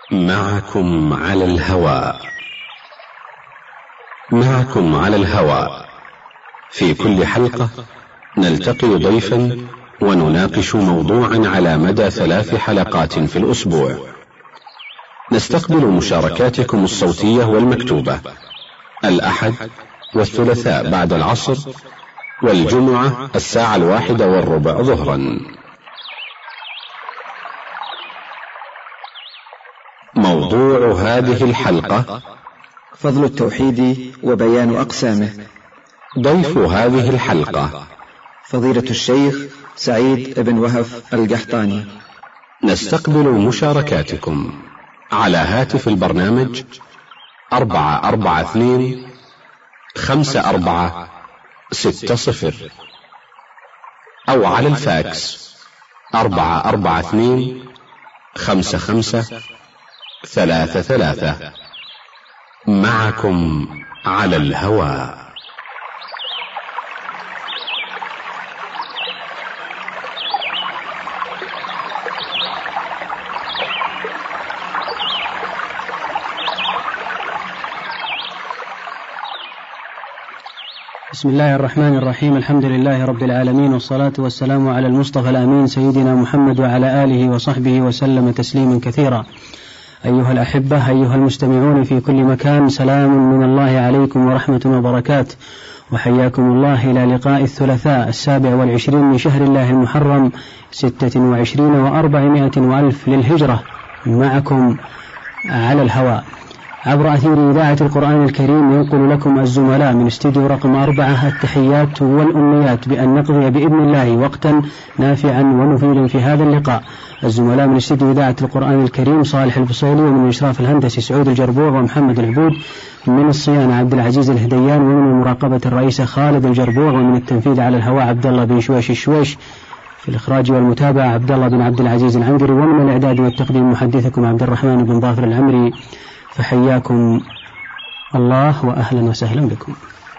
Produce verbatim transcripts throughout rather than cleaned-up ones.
معكم على الهواء. معكم على الهواء في كل حلقة نلتقي ضيفا ونناقش موضوعا على مدى ثلاث حلقات في الأسبوع. نستقبل مشاركاتكم الصوتية والمكتوبة الأحد والثلاثاء بعد العصر، والجمعة الساعة الواحدة والربع ظهرا. موضوع هذه الحلقة: فضل التوحيد وبيان أقسامه. ضيف هذه الحلقة: فضيلة الشيخ سعيد بن وهف القحطاني. نستقبل مشاركاتكم على هاتف البرنامج أربعة أربعة اثنين خمسة أربعة ستة صفر، أو على الفاكس أربعة أربعة اثنين خمسة خمسة ثلاثة ثلاثة. معكم على الهواء. بسم الله الرحمن الرحيم. الحمد لله رب العالمين، والصلاة والسلام على المصطفى الأمين سيدنا محمد وعلى آله وصحبه وسلم تسليما كثيرا. أيها الأحبة، أيها المستمعون في كل مكان، سلام من الله عليكم ورحمة وبركاته، وحياكم الله إلى لقاء الثلاثاء السابع والعشرين من شهر الله المحرم ستة وعشرين وأربعمائة وألف للهجرة. معكم على الهواء عبر أثير إذاعة القرآن الكريم. ينقل لكم الزملاء من استديو رقم أربعة التحيات والأمنيات بأن نقضي بإذن الله وقتا نافعا ومفيدا في هذا اللقاء. الزملاء من استديو إذاعة القرآن الكريم: صالح البصيلي، ومن الإشراف الهندسي سعود الجربوع ومحمد العبود، من الصيانة عبد العزيز الهديان، ومن المراقبة الرئيسة خالد الجربوع، ومن التنفيذ على الهواء عبد الله بن شويش الشويش، في الإخراج والمتابعة عبد الله بن عبد العزيز العنقري، ومن الإعداد والتقديم محدثكم عبد الرحمن بن ظافر العمري. فحياكم الله وأهلا وسهلا بكم.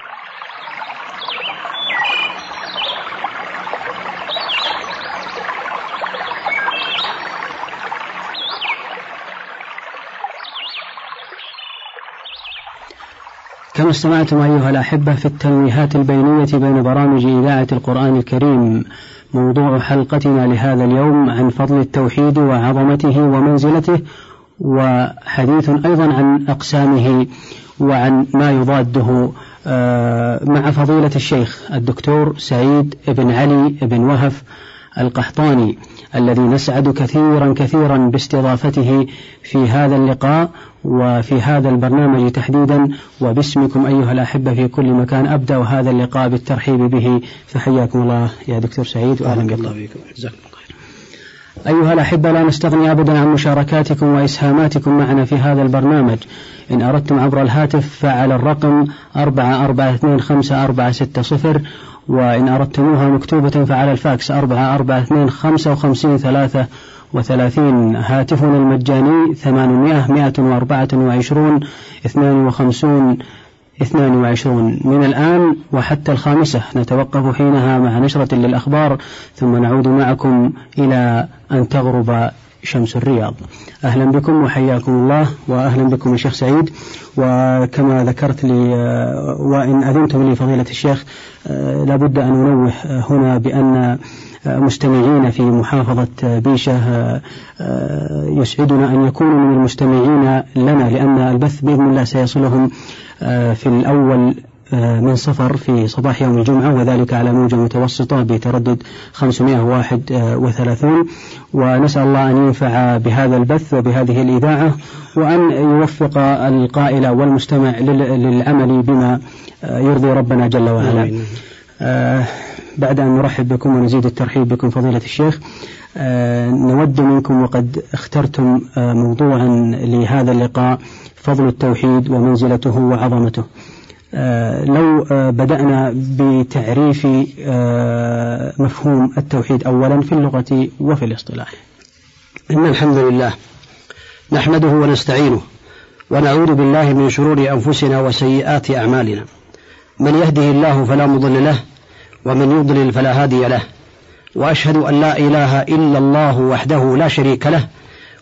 كما استمعتم أيها الأحبة في التنويهات البينية بين برامج إذاعة القرآن الكريم، موضوع حلقتنا لهذا اليوم عن فضل التوحيد وعظمته ومنزلته، وحديث أيضا عن أقسامه وعن ما يضاده مع فضيلة الشيخ الدكتور سعيد بن علي بن وهف القحطاني، الذي نسعد كثيرا كثيرا باستضافته في هذا اللقاء وفي هذا البرنامج تحديدا. وباسمكم أيها الأحبة في كل مكان أبدأ هذا اللقاء بالترحيب به. فحياكم الله يا دكتور سعيد وأهلا بكم. أيها الأحبة، لا نستغني أبدا عن مشاركاتكم وإسهاماتكم معنا في هذا البرنامج. إن أردتم عبر الهاتف فعلى الرقم أربعة أربعة اثنين خمسة أربعة ستة صفر، وإن أردتموها مكتوبة فعلى الفاكس أربعة أربعة اثنين خمسة وخمسين ثلاثة وثلاثين. هاتفنا المجاني ثمانمائة مائة وأربعة وعشرون اثنان وخمسون اثنان وعشرون. من الآن وحتى الخامسة نتوقف حينها مع نشرة للأخبار، ثم نعود معكم إلى أن تغرب شمس الرياض. أهلا بكم وحياكم الله، وأهلا بكم يا شيخ سعيد. وكما ذكرت لي وإن أذنتم لي فضيلة الشيخ، لابد أن ننوه هنا بأن مستمعين في محافظة بيشة يسعدنا أن يكونوا من المستمعين لنا، لأن البث بإذن الله سيصلهم في الأول من صفر في صباح يوم الجمعة، وذلك على موجة متوسطة بتردد خمسمائة وواحد وثلاثين. ونسأل الله أن ينفع بهذا البث وبهذه الإذاعة، وأن يوفق القائل والمستمع للعمل بما يرضي ربنا جل وعلا. آه بعد أن نرحب بكم ونزيد الترحيب بكم فضيلة الشيخ، آه نود منكم وقد اخترتم آه موضوعا لهذا اللقاء: فضل التوحيد ومنزلته وعظمته. آه لو آه بدأنا بتعريف آه مفهوم التوحيد أولا في اللغة وفي الاصطلاح. إن الحمد لله نحمده ونستعينه ونعوذ بالله من شرور أنفسنا وسيئات أعمالنا. من يهده الله فلا مضل له، ومن يضلل فلا هادي له، وأشهد أن لا إله إلا الله وحده لا شريك له،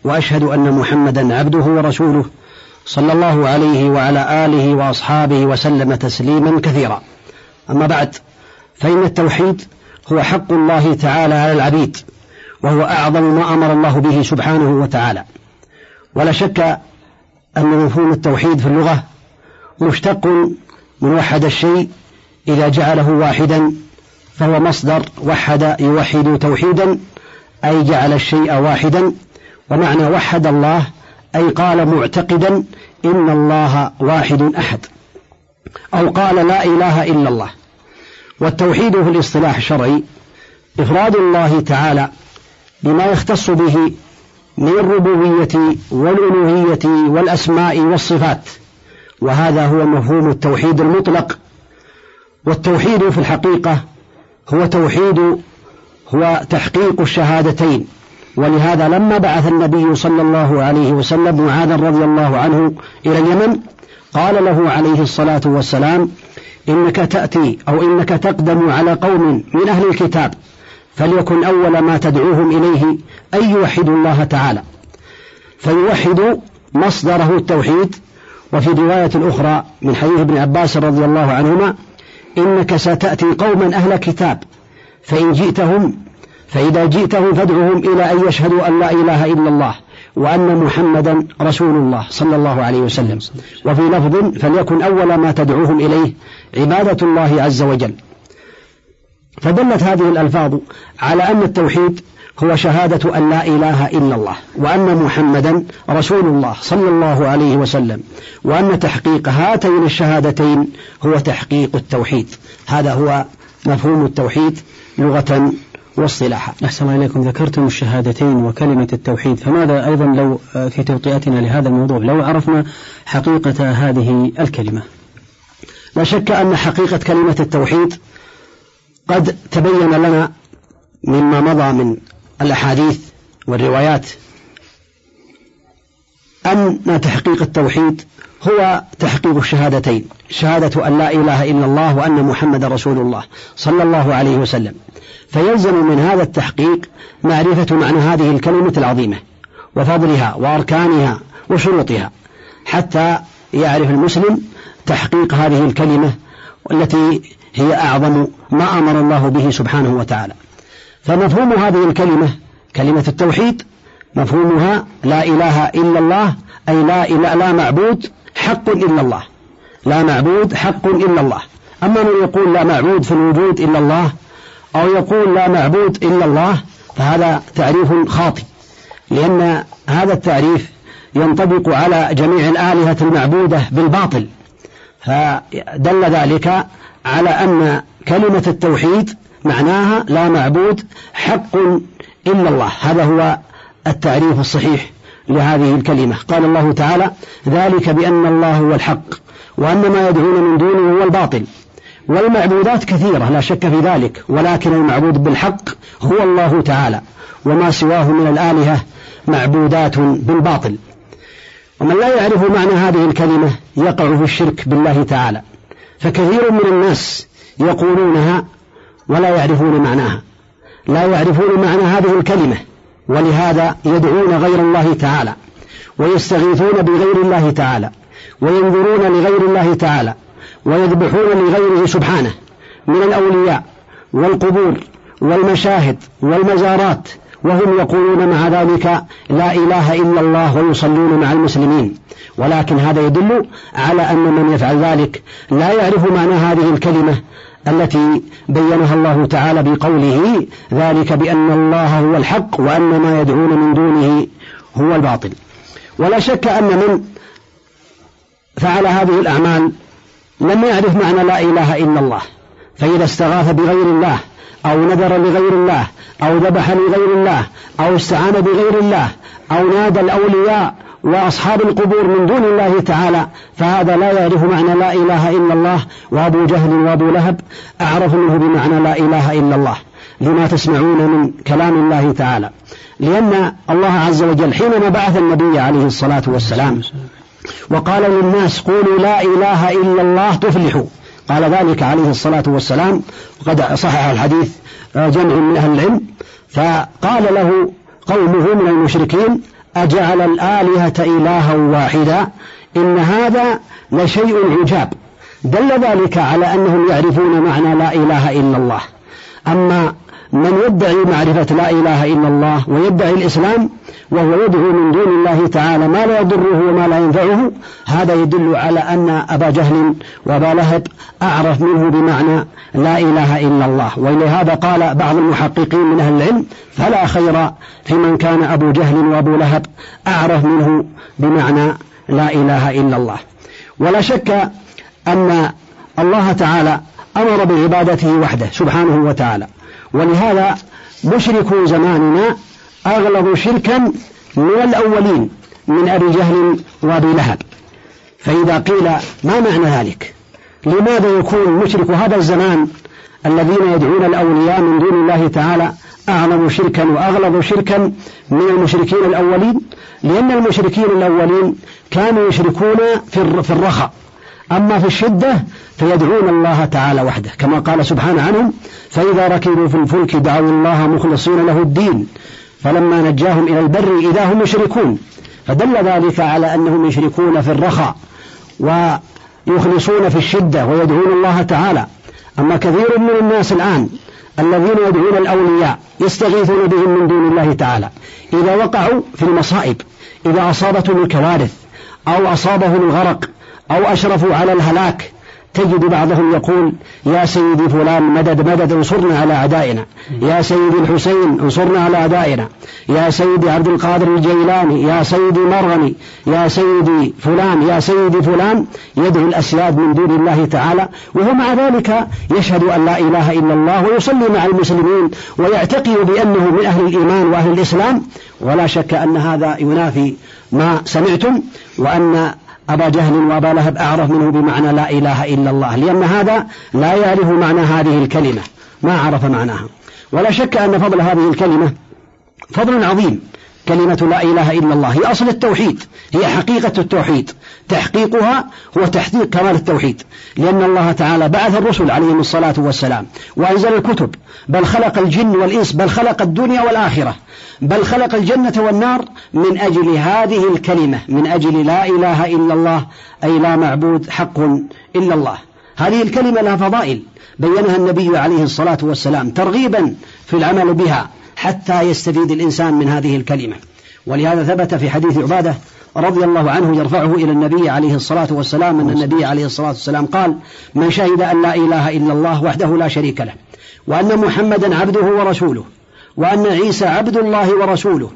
وأشهد أن محمدا عبده ورسوله صلى الله عليه وعلى آله وأصحابه وسلم تسليما كثيرا. أما بعد، فإن التوحيد هو حق الله تعالى على العبيد، وهو أعظم ما أمر الله به سبحانه وتعالى. ولا شك أن مفهوم التوحيد في اللغة مشتق من وحد الشيء إذا جعله واحدا، فهو مصدر وحد يوحد توحيدا، أي جعل الشيء واحدا. ومعنى وحد الله أي قال معتقدا إن الله واحد أحد، أو قال لا إله إلا الله. والتوحيد في الاصطلاح الشرعي إفراد الله تعالى بما يختص به من الربوبية والألوهية والأسماء والصفات، وهذا هو مفهوم التوحيد المطلق. والتوحيد في الحقيقة هو توحيد هو تحقيق الشهادتين. ولهذا لما بعث النبي صلى الله عليه وسلم معاذا رضي الله عنه إلى اليمن، قال له عليه الصلاة والسلام: إنك تأتي أو إنك تقدم على قوم من أهل الكتاب، فليكن أول ما تدعوهم إليه أن يوحدوا الله تعالى. فيوحد مصدره التوحيد. وفي رواية أخرى من حديث ابن عباس رضي الله عنهما: إنك ستأتي قوما أهل كتاب، فإن جئتهم فإذا جئتهم فادعوهم إلى أن يشهدوا أن لا إله إلا الله وأن محمدا رسول الله صلى الله عليه وسلم. وفي لفظ: فليكن أول ما تدعوهم إليه عبادة الله عز وجل. فدلت هذه الألفاظ على أن التوحيد هو شهادة أن لا إله إلا الله وأن محمدا رسول الله صلى الله عليه وسلم، وأن تحقيق هاتين الشهادتين هو تحقيق التوحيد. هذا هو مفهوم التوحيد لغة واصطلاحا. أحسن الله إليكم. ذكرتم الشهادتين وكلمة التوحيد، فماذا أيضا لو في توطئتنا لهذا الموضوع لو عرفنا حقيقة هذه الكلمة؟ لا شك أن حقيقة كلمة التوحيد قد تبين لنا مما مضى من الأحاديث والروايات أن تحقيق التوحيد هو تحقيق الشهادتين، شهادة أن لا إله إلا الله وأن محمد رسول الله صلى الله عليه وسلم. فيلزم من هذا التحقيق معرفة معنى هذه الكلمة العظيمة وفضلها وأركانها وشروطها، حتى يعرف المسلم تحقيق هذه الكلمة التي هي أعظم ما أمر الله به سبحانه وتعالى. فمفهوم هذه الكلمة كلمة التوحيد مفهومها لا إله إلا الله، أي لا, إله لا معبود حق إلا الله، لا معبود حق إلا الله. أما من يقول لا معبود في الوجود إلا الله، أو يقول لا معبود إلا الله، فهذا تعريف خاطئ، لأن هذا التعريف ينطبق على جميع الآلهة المعبودة بالباطل. فدل ذلك على أن كلمة التوحيد معناها لا معبود حق إلا الله. هذا هو التعريف الصحيح لهذه الكلمة. قال الله تعالى: ذلك بأن الله هو الحق وأن ما يدعون من دونه هو الباطل. والمعبودات كثيرة لا شك في ذلك، ولكن المعبود بالحق هو الله تعالى، وما سواه من الآلهة معبودات بالباطل. ومن لا يعرف معنى هذه الكلمة يقع في الشرك بالله تعالى. فكثير من الناس يقولونها ولا يعرفون معناها، لا يعرفون معنى هذه الكلمة، ولهذا يدعون غير الله تعالى، ويستغيثون بغير الله تعالى، وينذرون لغير الله تعالى، ويذبحون لغيره سبحانه من الأولياء والقبور والمشاهد والمزارات، وهم يقولون مع ذلك لا إله إلا الله ويصلون مع المسلمين. ولكن هذا يدل على أن من يفعل ذلك لا يعرف معنى هذه الكلمة التي بينها الله تعالى بقوله: ذلك بأن الله هو الحق وأن ما يدعون من دونه هو الباطل. ولا شك أن من فعل هذه الأعمال لم يعرف معنى لا إله إلا الله، فإذا استغاث بغير الله أو نذر لغير الله أو ذبح لغير الله أو استعان بغير الله أو نادى الأولياء وأصحاب القبور من دون الله تعالى، فهذا لا يعرف معنى لا إله إلا الله. وأبو جهل وأبو لهب أعرف منه بمعنى لا إله إلا الله، لما تسمعون من كلام الله تعالى. لأن الله عز وجل حينما بعث النبي عليه الصلاة والسلام وقال للناس: قولوا لا إله إلا الله تفلحوا، قال ذلك عليه الصلاة والسلام، وقد صحح الحديث جمع من أهل العلم، فقال له قومه من المشركين: أجعل الآلهة إلها واحدا إن هذا لشيء عجاب. دل ذلك على أنهم يعرفون معنى لا إله إلا الله. أما من يدعي معرفة لا إله إلا الله ويدعي الإسلام وهو يدعو من دون الله تعالى ما لا يضره وما لا ينفعه، هذا يدل على أن أبا جهل وأبا لهب أعرف منه بمعنى لا إله إلا الله. ولهذا قال بعض المحققين من أهل العلم: فلا خير في من كان أبو جهل وأبو لهب أعرف منه بمعنى لا إله إلا الله. ولا شك أن الله تعالى أمر بعبادته وحده سبحانه وتعالى، ولهذا مشركو زماننا أغلظ شركا من الأولين من أبي جهل وأبي لهب. فإذا قيل ما معنى ذلك؟ لماذا يكون مشرك هذا الزمان الذين يدعون الأولياء من دون الله تعالى أعظم شركا وأغلظ شركا من المشركين الأولين؟ لأن المشركين الأولين كانوا يشركون في الرخاء، أما في الشدة فيدعون الله تعالى وحده، كما قال سبحانه عنهم: فإذا ركبوا في الفلك دعوا الله مخلصين له الدين فلما نجاهم إلى البر إذا هم يشركون. فدل ذلك على أنهم يشركون في الرخاء ويخلصون في الشدة ويدعون الله تعالى. أما كثير من الناس الآن الذين يدعون الأولياء يستغيثون بهم من دون الله تعالى إذا وقعوا في المصائب، إذا أصابتهم الكوارث أو أصابهم الغرق أو أشرفوا على الهلاك، تجد بعضهم يقول: يا سيدي فلان مدد مدد انصرنا على أعدائنا، يا سيدي الحسين انصرنا على أعدائنا، يا سيدي عبد القادر الجيلاني، يا سيدي مرغني، يا سيدي فلان، يا سيدي فلان، يدعو الأسياد من دون الله تعالى، وهو مع ذلك يشهد أن لا إله إلا الله ويصلي مع المسلمين ويعتقد بأنه من أهل الإيمان وأهل الإسلام. ولا شك أن هذا ينافي ما سمعتم، وأن أبا جهل وأبا لهب أعرف منه بمعنى لا إله إلا الله، لأن هذا لا يعرف معنى هذه الكلمة، ما عرف معناها. ولا شك أن فضل هذه الكلمة فضل عظيم. كلمة لا إله إلا الله هي أصل التوحيد، هي حقيقة التوحيد، تحقيقها هو تحقيق كمال التوحيد، لأن الله تعالى بعث الرسل عليهم الصلاة والسلام وأنزل الكتب، بل خلق الجن والإنس، بل خلق الدنيا والآخرة، بل خلق الجنة والنار من أجل هذه الكلمة، من أجل لا إله إلا الله، أي لا معبود حق إلا الله. هذه الكلمة لها فضائل بينها النبي عليه الصلاة والسلام ترغيبا في العمل بها حتى يستفيد الإنسان من هذه الكلمة. ولهذا ثبت في حديث عبادة رضي الله عنه يرفعه إلى النبي عليه الصلاة والسلام أن النبي عليه الصلاة والسلام قال: من شهد أن لا إله إلا الله وحده لا شريك له، وأن محمدا عبده ورسوله، وأن عيسى عبد الله ورسوله،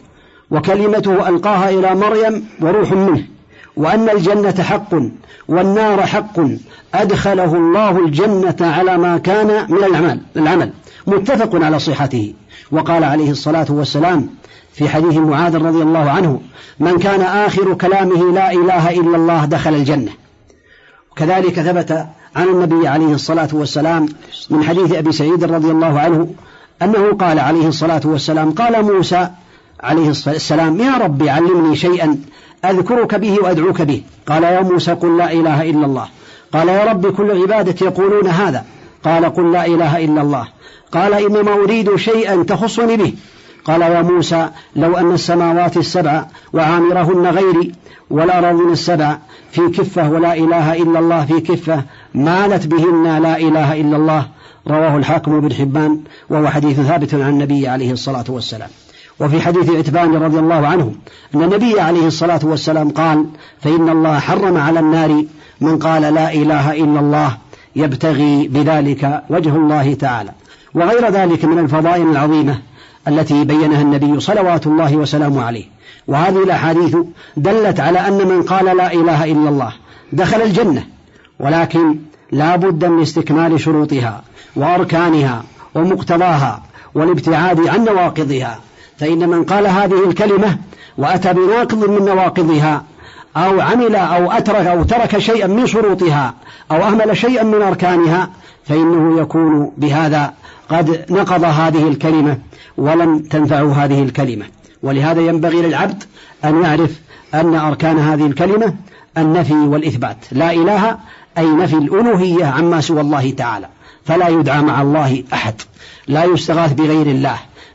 وكلمته ألقاها إلى مريم وروح منه، وأن الجنة حق والنار حق، أدخله الله الجنة على ما كان من العمل, العمل متفق على صحته. وقال عليه الصلاة والسلام في حديث معاذ رضي الله عنه: من كان آخر كلامه لا إله إلا الله دخل الجنة. وكذلك ثبت عن النبي عليه الصلاة والسلام من حديث أبي سعيد رضي الله عنه أنه قال عليه الصلاة والسلام: قال موسى عليه السلام: يا ربي علمني شيئا أذكرك به وأدعوك به. قال: يا موسى قل لا إله إلا الله. قال: يا ربي كل عبادة يقولون هذا. قال: قل لا إله إلا الله. قال: إنما أريد شيئا تخصني به. قال: يا موسى لو أن السماوات السبع وعامرهن غيري والأراضين السبع في كفة ولا إله إلا الله في كفة مالت بهن لا إله إلا الله. رواه الحاكم بن حبان، وهو حديث ثابت عن النبي عليه الصلاة والسلام. وفي حديث عتبان رضي الله عنه أن النبي عليه الصلاة والسلام قال: فإن الله حرم على النار من قال لا إله إلا الله يبتغي بذلك وجه الله تعالى. وغير ذلك من الفضائل العظيمة التي بينها النبي صلوات الله وسلامه عليه. وهذه الأحاديث دلت على أن من قال لا إله إلا الله دخل الجنة، ولكن لا بد من استكمال شروطها وأركانها ومقتضاها والابتعاد عن نواقضها. فإن من قال هذه الكلمة وأتى بناقض من نواقضها أو عمل أو أترك أو ترك شيئا من شروطها أو أهمل شيئا من أركانها فإنه يكون بهذا قد نقض هذه الكلمة ولم تنفع هذه الكلمة. ولهذا ينبغي للعبد أن يعرف أن أركان هذه الكلمة النفي والإثبات. لا إله أي نفي الألوهية عما سوى الله تعالى، فلا يدعى مع الله أحد، لا يستغاث بغير الله،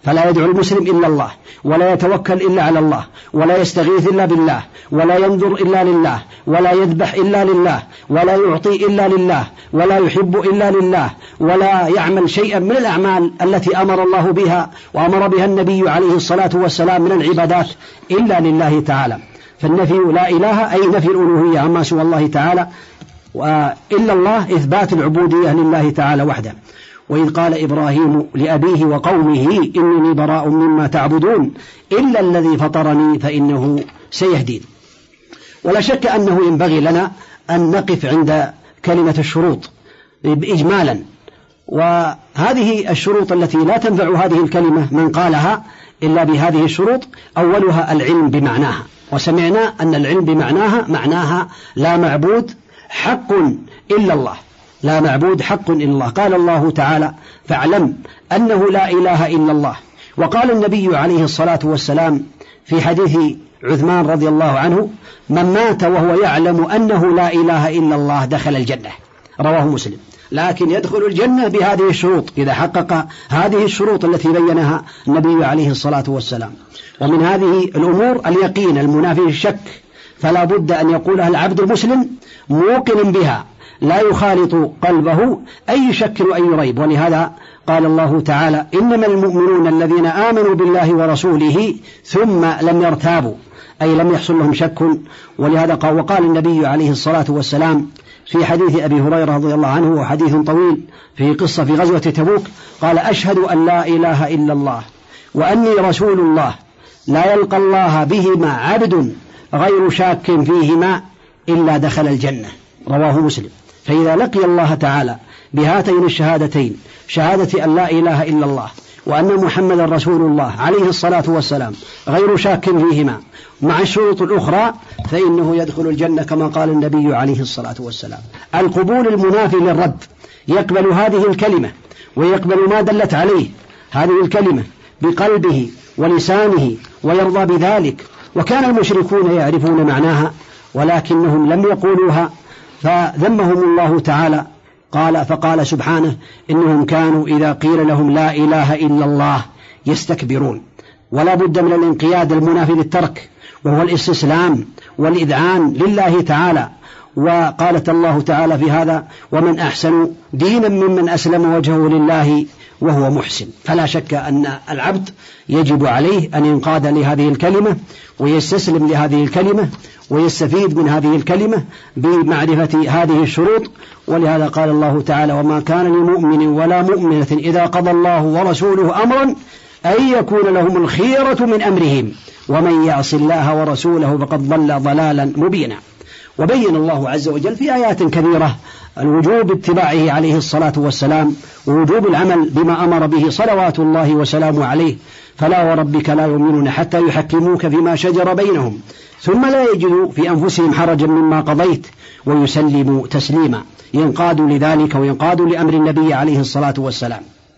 فلا يدعو المسلم إلا الله، ولا يتوكل إلا على الله، ولا يستغيث إلا بالله، ولا ينظر إلا لله، ولا يذبح إلا لله، ولا يعطي إلا لله، ولا يحب إلا لله، ولا يعمل شيئا من الأعمال التي أمر الله بها وأمر بها النبي عليه الصلاة والسلام من العبادات إلا لله تعالى. فالنفي لا إله أي نفي الألوهية عما سوى الله تعالى، وإلا الله إثبات العبودية لله تعالى وحده. وإذ قال إبراهيم لأبيه وقومه إنني براء مما تعبدون إلا الذي فطرني فإنه سيهدين. ولا شك أنه ينبغي لنا أن نقف عند كلمة الشروط إجمالا، وهذه الشروط التي لا تنفع هذه الكلمة من قالها إلا بهذه الشروط. أولها العلم بمعناها، وسمعنا أن العلم بمعناها معناها لا معبود حق إلا الله، لا معبود حق إلا الله. قال الله تعالى فاعلم أنه لا إله إلا الله. وقال النبي عليه الصلاة والسلام في حديث عثمان رضي الله عنه من مات وهو يعلم أنه لا إله إلا الله دخل الجنة، رواه مسلم. لكن يدخل الجنة بهذه الشروط إذا حقق هذه الشروط التي بينها النبي عليه الصلاة والسلام. ومن هذه الأمور اليقين المنافي للشك، فلا بد أن يقولها العبد المسلم موقن بها لا يخالط قلبه أي شك وأي ريب. ولهذا قال الله تعالى إنما المؤمنون الذين آمنوا بالله ورسوله ثم لم يرتابوا، أي لم يحصل لهم شك. ولهذا قال وقال النبي عليه الصلاة والسلام في حديث أبي هريرة رضي الله عنه وحديث طويل في قصة في غزوة تبوك قال أشهد أن لا إله إلا الله وأني رسول الله لا يلقى الله بهما عبد غير شاك فيهما إلا دخل الجنة، رواه مسلم. فإذا لقي الله تعالى بهاتين الشهادتين، شهادة أن لا إله إلا الله وأن محمد رسول الله عليه الصلاة والسلام غير شاك فيهما مع الشروط الأخرى، فإنه يدخل الجنة كما قال النبي عليه الصلاة والسلام. القبول المنافي للرد يقبل هذه الكلمة ويقبل ما دلت عليه هذه الكلمة بقلبه ولسانه ويرضى بذلك. وكان المشركون يعرفون معناها ولكنهم لم يقولوها فذمهم الله تعالى. قال فقال سبحانه إنهم كانوا إذا قيل لهم لا إله إلا الله يستكبرون. ولا بد من الانقياد المنافي للترك، وهو الاستسلام والإذعان لله تعالى. وقالت الله تعالى في هذا ومن أحسن دينا ممن أسلم وجهه لله وهو محسن. فلا شك أن العبد يجب عليه أن ينقاد لهذه الكلمة ويستسلم لهذه الكلمة ويستفيد من هذه الكلمة بمعرفة هذه الشروط. ولهذا قال الله تعالى وما كان لمؤمن ولا مؤمنة إذا قضى الله ورسوله أمرا أن يكون لهم الخيرة من أمرهم ومن يعص الله ورسوله فقد ضل ضلالا مبينا. وبين الله عز وجل في آيات كثيرة الوجوب اتباعه عليه الصلاة والسلام ووجوب العمل بما أمر به صلوات الله وسلامه عليه. فلا وربك لا يؤمنون حتى يحكموك فيما شجر بينهم ثم لا يجدوا في أنفسهم حرجا مما قضيت ويسلموا تسليما. ينقادوا لذلك وينقادوا لأمر النبي عليه الصلاة والسلام.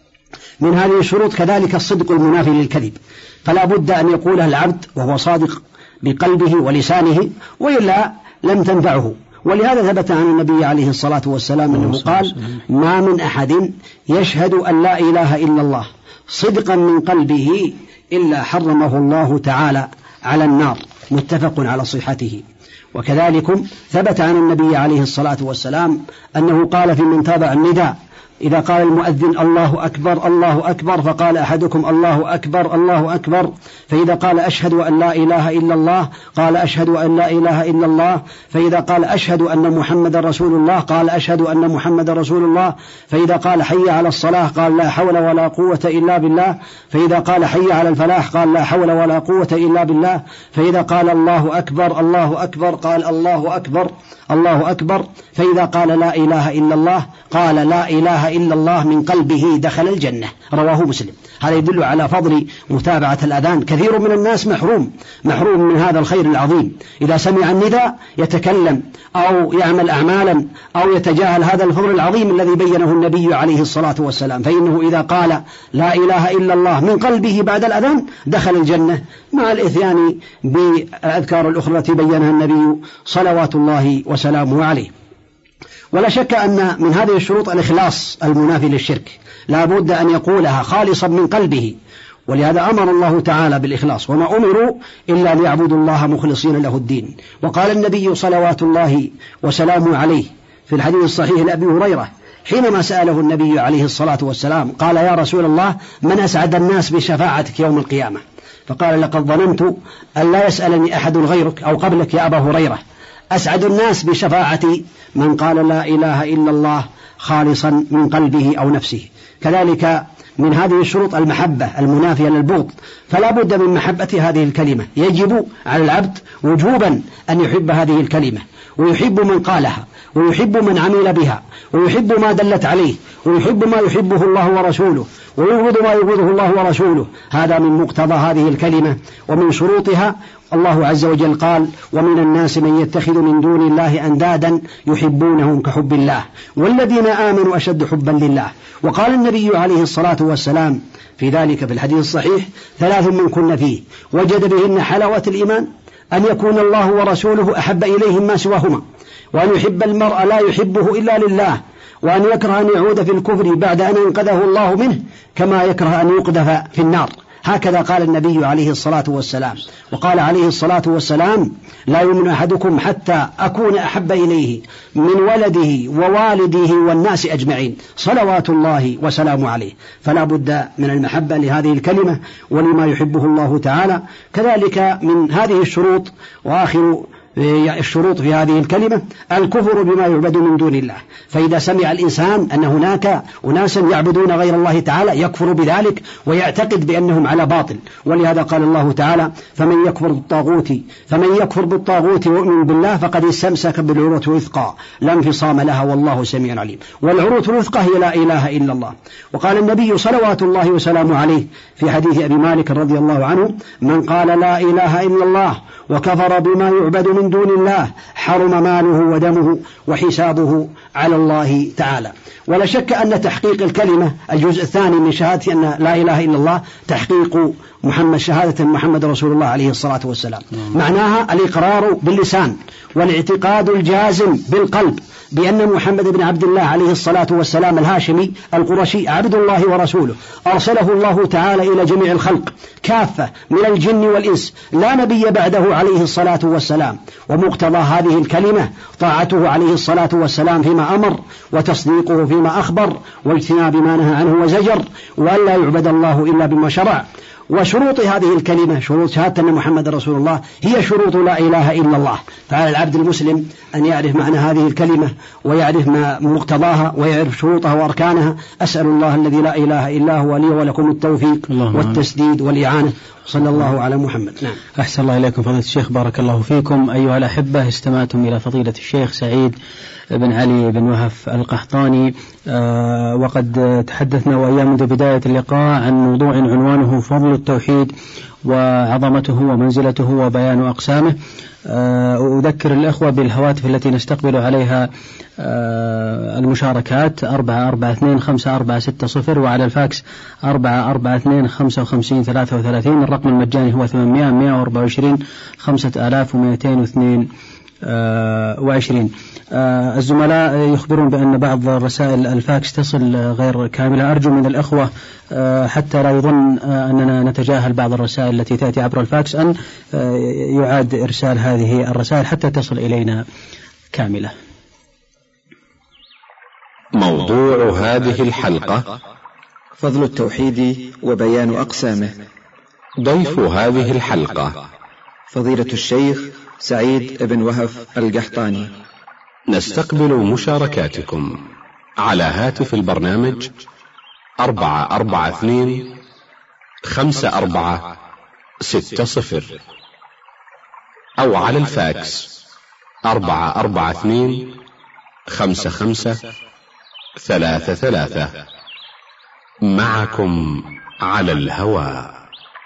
من هذه الشروط كذلك الصدق المنافي للكذب، فلا بد أن يقولها العبد وهو صادق بقلبه ولسانه وإلا لم تنفعه. ولهذا ثبت عن النبي عليه الصلاة والسلام أنه قال ما من أحد يشهد أن لا إله إلا الله صدقا من قلبه إلا حرمه الله تعالى على النار، متفق على صحته. وكذلك ثبت عن النبي عليه الصلاة والسلام أنه قال في من تابع النداء إذا قال المؤذن الله أكبر الله أكبر فقال أحدكم الله أكبر الله أكبر، فإذا قال أشهد أن لا إله إلا الله قال أشهد أن لا إله إلا الله، فإذا قال أشهد أن محمد رسول الله قال أشهد أن محمد رسول الله، فإذا قال حي على الصلاة قال لا حول ولا قوة إلا بالله، فإذا قال حي على الفلاح قال لا حول ولا قوة إلا بالله، فإذا قال الله أكبر الله أكبر قال الله أكبر الله أكبر، فإذا قال لا إله إلا الله قال لا إله إلا الله من قلبه دخل الجنة، رواه مسلم. هذا يدل على فضل متابعة الأذان. كثير من الناس محروم محروم من هذا الخير العظيم، إذا سمع النداء يتكلم أو يعمل أعمالا أو يتجاهل هذا الفضل العظيم الذي بينه النبي عليه الصلاة والسلام. فإنه إذا قال لا إله إلا الله من قلبه بعد الأذان دخل الجنة مع الإتيان بالأذكار الأخرى التي بينها النبي صلوات الله وسلامه عليه. ولا شك أن من هذه الشروط الإخلاص المنافي للشرك، لا بد أن يقولها خالصا من قلبه ولهذا أمر الله تعالى بالإخلاص: وما أمروا إلا ليعبدوا الله مخلصين له الدين. وقال النبي صلوات الله وسلامه عليه في الحديث الصحيح لأبي هريرة حينما سأله النبي عليه الصلاة والسلام قال: يا رسول الله، من أسعد الناس بشفاعتك يوم القيامة؟ فقال: لقد ظننت أن لا يسألني أحد غيرك أو قبلك يا أبا هريرة. أسعد الناس بشفاعتي من قال لا إله إلا الله خالصا من قلبه أو نفسه. كذلك من هذه الشروط المحبة المنافية للبغض، فلا بد من محبة هذه الكلمة. يجب على العبد وجوبا أن يحب هذه الكلمة، ويحب من قالها، ويحب من عمل بها، ويحب ما دلت عليه، ويحب ما يحبه الله ورسوله، ويبغض ما يبغضه الله ورسوله. هذا من مقتضى هذه الكلمة ومن شروطها. الله عز وجل قال: ومن الناس من يتخذ من دون الله أندادا يحبونهم كحب الله والذين آمنوا أشد حبا لله. وقال النبي عليه الصلاة والسلام في ذلك في الحديث الصحيح: ثلاث من كن فيه وجد بهن حلاوة الإيمان: أن يكون الله ورسوله أحب إليه ما سواهما، وأن يحب المرء لا يحبه إلا لله، وأن يكره أن يعود في الكفر بعد أن أنقذه الله منه كما يكره أن يقذف في النار. هكذا قال النبي عليه الصلاة والسلام. وقال عليه الصلاة والسلام: لا يؤمن أحدكم حتى أكون أحب إليه من ولده ووالده والناس أجمعين، صلوات الله وسلامه عليه. فلا بد من المحبة لهذه الكلمة ولما يحبه الله تعالى. كذلك من هذه الشروط وآخر الشروط في هذه الكلمة الكفر بما يعبد من دون الله. فإذا سمع الإنسان أن هناك أناسا يعبدون غير الله تعالى يكفر بذلك ويعتقد بأنهم على باطل. ولهذا قال الله تعالى: فمن يكفر بالطاغوت فمن يكفر بالطاغوت ويؤمن بالله فقد استمسك بالعروة الوثقى لا انفصام لها والله سميع عليم. والعروة الوثقى هي لا إله إلا الله. وقال النبي صلوات الله وسلامه عليه في حديث أبي مالك رضي الله عنه: من قال لا إله إلا الله وكفر بما يعبد من دون الله حرم ماله ودمه وحسابه على الله تعالى. ولا شك أن تحقيق الكلمة الجزء الثاني من شهادة أن لا إله إلا الله تحقيق محمد شهادة محمد رسول الله عليه الصلاة والسلام. معناها الإقرار باللسان والاعتقاد الجازم بالقلب بأن محمد بن عبد الله عليه الصلاة والسلام الهاشمي القرشي عبد الله ورسوله، أرسله الله تعالى إلى جميع الخلق كافة من الجن والإنس، لا نبي بعده عليه الصلاة والسلام. ومقتضى هذه الكلمة طاعته عليه الصلاة والسلام فيما أمر، وتصديقه فيما أخبر، واجتناب ما نهى عنه وزجر، وأن لا يعبد الله إلا بما شرع. وشروط هذه الكلمة شروط شهادة أن محمد رسول الله هي شروط لا إله إلا الله. فعلى العبد المسلم أن يعرف معنى هذه الكلمة ويعرف ما مقتضاها ويعرف شروطها وأركانها. أسأل الله الذي لا إله إلا هو لي ولكم التوفيق والتسديد والإعانة. صلى الله على محمد. نعم. أحسن الله إليكم فضيلة الشيخ، بارك الله فيكم. أيها الأحبة، استمعتم إلى فضيلة الشيخ سعيد بن علي بن وهف القحطاني، آه وقد تحدثنا وإياه منذ بداية اللقاء عن موضوع عنوانه فضل التوحيد وعظمته ومنزلته وبيان أقسامه. آه أذكر الأخوة بالهواتف التي نستقبل عليها آه المشاركات: أربعة أربعة اثنين خمسة أربعة ستة صفر، وعلى الفاكس أربعة أربعة اثنين خمسة وخمسين ثلاثة وثلاثين. الرقم المجاني هو ثمانمائة مائة وأربعة وعشرين خمسة آلاف ومائتين واثنين وعشرين. آه الزملاء يخبرون بأن بعض رسائل الفاكس تصل غير كاملة. أرجو من الأخوة آه حتى لا يظن آه أننا نتجاهل بعض الرسائل التي تأتي عبر الفاكس أن آه يعاد إرسال هذه الرسائل حتى تصل إلينا كاملة. موضوع هذه الحلقة: فضل التوحيد وبيان أقسامه. ضيف هذه الحلقة فضيلة الشيخ سعيد بن وهف القحطاني. نستقبل مشاركاتكم على هاتف البرنامج أربعة أربعة اثنين خمسة أربعة ستة صفر، أو على الفاكس أربعة أربعة اثنين خمسة خمسة ثلاثة ثلاثة. معكم على الهواء.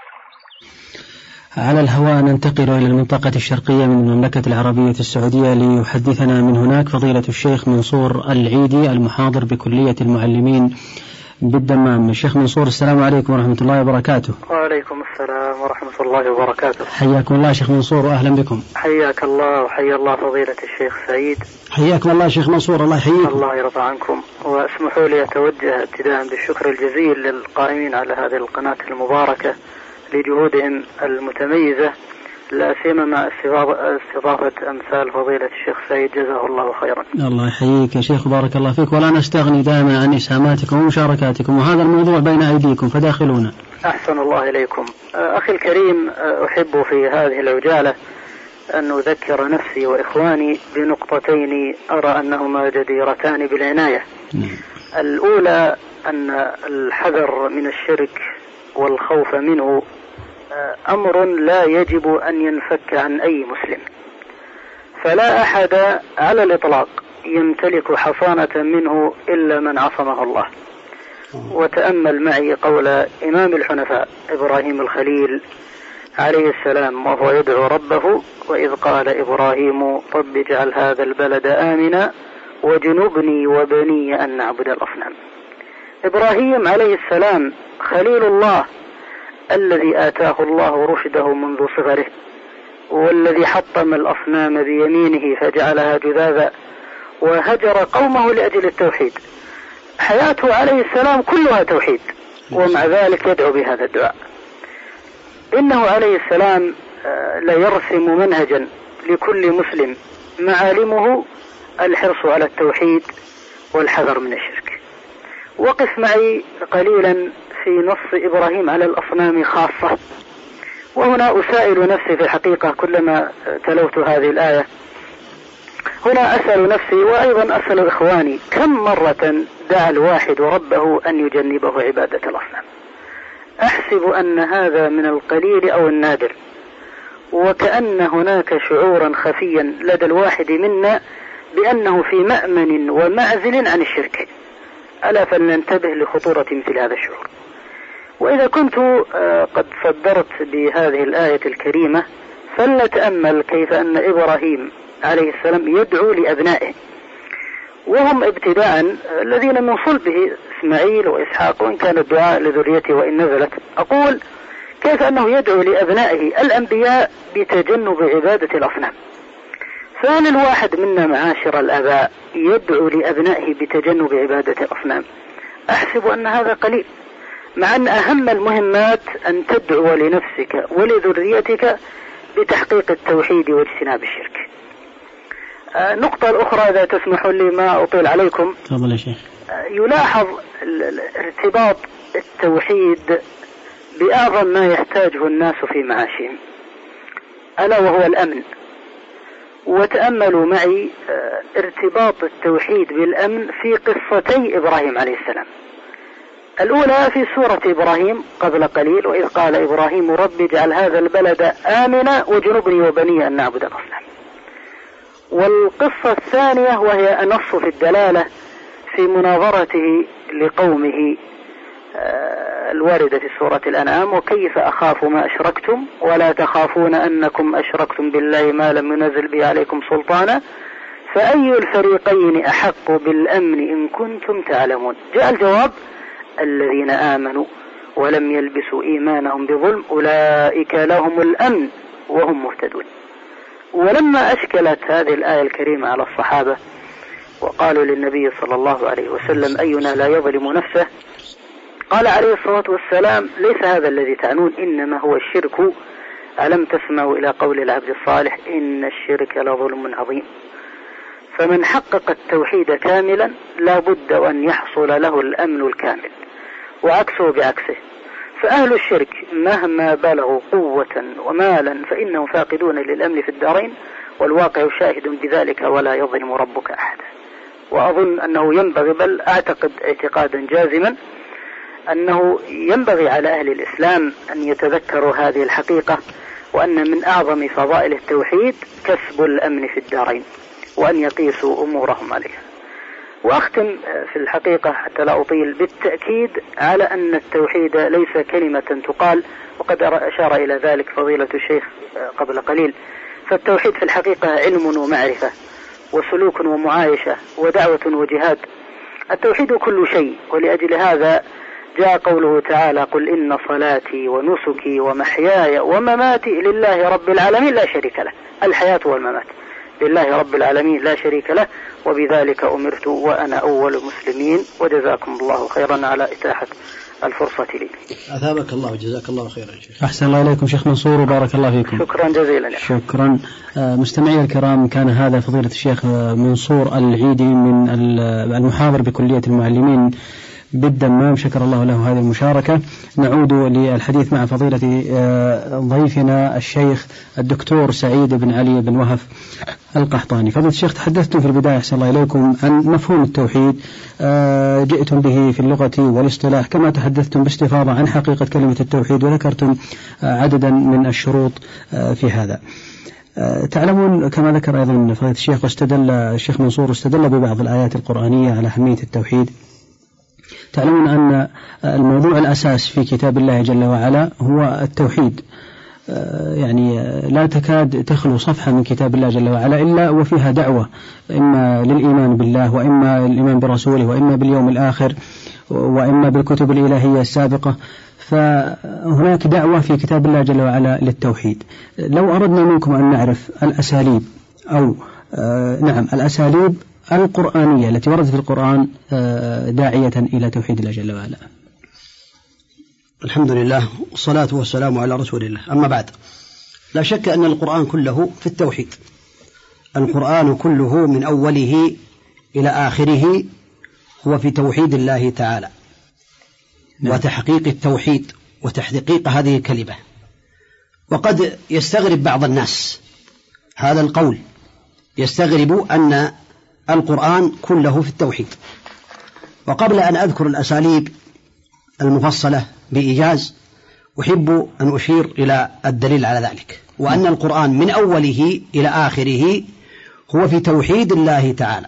على الهواء ننتقل إلى المنطقة الشرقية من المملكة العربية السعودية ليحدثنا من هناك فضيلة الشيخ منصور العيدي المحاضر بكلية المعلمين بالدمام. الشيخ منصور، السلام عليكم ورحمة الله وبركاته. وعليكم السلام ورحمة الله وبركاته. حياكم الله شيخ منصور وأهلا بكم. حياك الله وحيا الله فضيلة الشيخ سعيد. حياكم الله شيخ منصور، الله يحييكم. الله يرضى عنكم. واسمحوا لي أتوجه ابتداء بالشكر الجزيل للقائمين على هذه القناة المباركة لجهودهم المتميزة، لا سيما مع استضافة أمثال فضيلة الشيخ سعيد، جزاه الله خيرا. الله يحييك يا شيخ، بارك الله فيك. ولا نستغني دائما عن إسهاماتكم ومشاركاتكم، وهذا الموضوع بين أيديكم فداخلونا. أحسن الله إليكم. أخي الكريم، أحب في هذه العجالة أن أذكر نفسي وإخواني بنقطتين أرى أنهما جديرتان بالعناية. نعم. الأولى أن الحذر من الشرك والخوف منه أمر لا يجب أن ينفك عن أي مسلم، فلا أحد على الإطلاق يمتلك حصانة منه إلا من عصمه الله. وتأمل معي قول إمام الحنفاء إبراهيم الخليل عليه السلام وهو يدعو ربه: وإذ قال إبراهيم رب اجعل هذا البلد آمنا وجنبني وبني أن نعبد الأصنام. إبراهيم عليه السلام خليل الله الذي آتاه الله رشده منذ صغره، والذي حطم الأصنام بيمينه فجعلها جذاذا، وهجر قومه لأجل التوحيد. حياته عليه السلام كلها توحيد، ومع ذلك يدعو بهذا الدعاء. إنه عليه السلام لا يرسم منهجا لكل مسلم معالمه الحرص على التوحيد والحذر من الشرك. وقف معي قليلا في نص إبراهيم على الأصنام خاصة. وهنا أسائل نفسي في الحقيقة كلما تلوت هذه الآية، هنا أسأل نفسي وأيضا أسأل إخواني: كم مرة دعا الواحد ربه أن يجنبه عبادة الأصنام؟ أحسب أن هذا من القليل أو النادر، وكأن هناك شعورا خفيا لدى الواحد منا بأنه في مأمن ومعزل عن الشرك. ألا فلننتبه لخطورة مثل هذا الشعور. وإذا كنت قد صدرت بهذه الآية الكريمة، فلنتأمل كيف أن إبراهيم عليه السلام يدعو لأبنائه، وهم ابتداء الذين من صلبه إسماعيل وإسحاق، وإن كان الدعاء لذريته وإن نزلت. أقول كيف أنه يدعو لأبنائه الأنبياء بتجنب عبادة الأصنام. فهل الواحد منا معاشر الآباء يدعو لأبنائه بتجنب عبادة الأصنام؟ أحسب أن هذا قليل، مع أن أهم المهمات أن تدعو لنفسك ولذريتك بتحقيق التوحيد واجتناب الشرك. آه نقطة الأخرى إذا تسمحوا لي ما أطيل عليكم. تفضل يا شيخ. آه يلاحظ ارتباط التوحيد بأعظم ما يحتاجه الناس في معاشهم، ألا وهو الأمن. وتأملوا معي آه ارتباط التوحيد بالأمن في قصتي إبراهيم عليه السلام. الأولى في سورة إبراهيم قبل قليل: وإذ قال إبراهيم رب اجعل هذا البلد آمنا وجنبني وبني أن نعبد الأصنام. والقصة الثانية وهي أنص في الدلالة في مناظرته لقومه الواردة في سورة الأنعام: وكيف أخاف ما أشركتم ولا تخافون أنكم أشركتم بالله ما لم ينزل به عليكم سلطانا فأي الفريقين أحق بالأمن إن كنتم تعلمون. جاء الجواب: الذين آمنوا ولم يلبسوا إيمانهم بظلم أولئك لهم الأمن وهم مهتدون. ولما أشكلت هذه الآية الكريمة على الصحابة وقالوا للنبي صلى الله عليه وسلم: أينا لا يظلم نفسه؟ قال عليه الصلاة والسلام: ليس هذا الذي تعنون، إنما هو الشرك. ألم تسمعوا إلى قول العبد الصالح: إن الشرك لظلم عظيم. فمن حقق التوحيد كاملا لا بد أن يحصل له الأمن الكامل، وعكسه بعكسه. فأهل الشرك مهما بلغوا قوة ومالا فإنهم فاقدون للأمن في الدارين، والواقع شاهد بذلك ولا يظلم ربك أحدا. وأظن أنه ينبغي، بل أعتقد اعتقادا جازما، أنه ينبغي على أهل الإسلام أن يتذكروا هذه الحقيقة، وأن من أعظم فضائل التوحيد كسب الأمن في الدارين، وأن يقيسوا أمورهم عليها. وأختم في الحقيقة حتى لا أطيل بالتأكيد على أن التوحيد ليس كلمة تقال، وقد أشار إلى ذلك فضيلة الشيخ قبل قليل. فالتوحيد في الحقيقة علم ومعرفة وسلوك ومعايشة ودعوة وجهاد. التوحيد كل شيء، ولأجل هذا جاء قوله تعالى: قل إن صلاتي ونسكي ومحياي ومماتي لله رب العالمين لا شريك له. الحياة والممات لله رب العالمين لا شريك له، وبذلك أمرت وأنا أول المسلمين. وجزاكم الله خيرا على إتاحة الفرصة لي. أثابك الله وجزاك الله خيرا شيخ. أحسن الله إليكم شيخ منصور وبارك الله فيكم. شكرا جزيلا. شكرا. مستمعي الكرام، كان هذا فضيلة الشيخ منصور العيدي من المحاضر بكلية المعلمين بالدمام، شكر الله له هذه المشاركة. نعود للحديث مع فضيلة ضيفنا الشيخ الدكتور سعيد بن علي بن وهف القحطاني. فضيلة الشيخ، تحدثتم في البداية أحسن الله إليكم عن مفهوم التوحيد، جئتم به في اللغة والاصطلاح، كما تحدثتم باستفاضة عن حقيقة كلمة التوحيد، وذكرتم عددا من الشروط في هذا. تعلمون كما ذكر أيضا فضيلة الشيخ واستدل الشيخ منصور واستدل ببعض الآيات القرآنية على أهمية التوحيد، تعلمون أن الموضوع الأساس في كتاب الله جل وعلا هو التوحيد. يعني لا تكاد تخلو صفحة من كتاب الله جل وعلا إلا وفيها دعوة، إما للإيمان بالله، وإما الإيمان برسوله، وإما باليوم الآخر، وإما بالكتب الإلهية السابقة. فهناك دعوة في كتاب الله جل وعلا للتوحيد. لو أردنا منكم أن نعرف الأساليب أو نعم الأساليب القرآنية التي وردت في القرآن داعية إلى توحيد الله جل وعلا. الحمد لله والصلاة والسلام على رسول الله. أما بعد، لا شك أن القرآن كله في التوحيد. القرآن كله من أوله إلى آخره هو في توحيد الله تعالى، نعم. وتحقيق التوحيد وتحقيق هذه الكلمة. وقد يستغرب بعض الناس هذا القول، يستغرب أن القرآن كله في التوحيد. وقبل أن أذكر الأساليب المفصلة بإيجاز، أحب أن أشير إلى الدليل على ذلك، وأن القرآن من أوله إلى آخره هو في توحيد الله تعالى.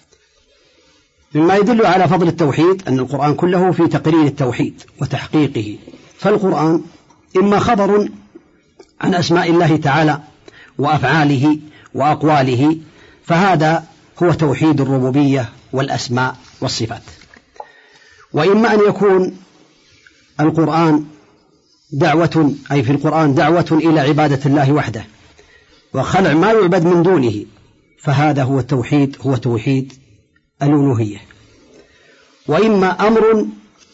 مما يدل على فضل التوحيد أن القرآن كله في تقرير التوحيد وتحقيقه. فالقرآن إما خبر عن أسماء الله تعالى وأفعاله وأقواله، فهذا هو توحيد الربوبية والأسماء والصفات، وإما أن يكون القرآن دعوة، أي في القرآن دعوة إلى عبادة الله وحده وخلع ما يعبد من دونه، فهذا هو التوحيد، هو توحيد الألوهية. وإما أمر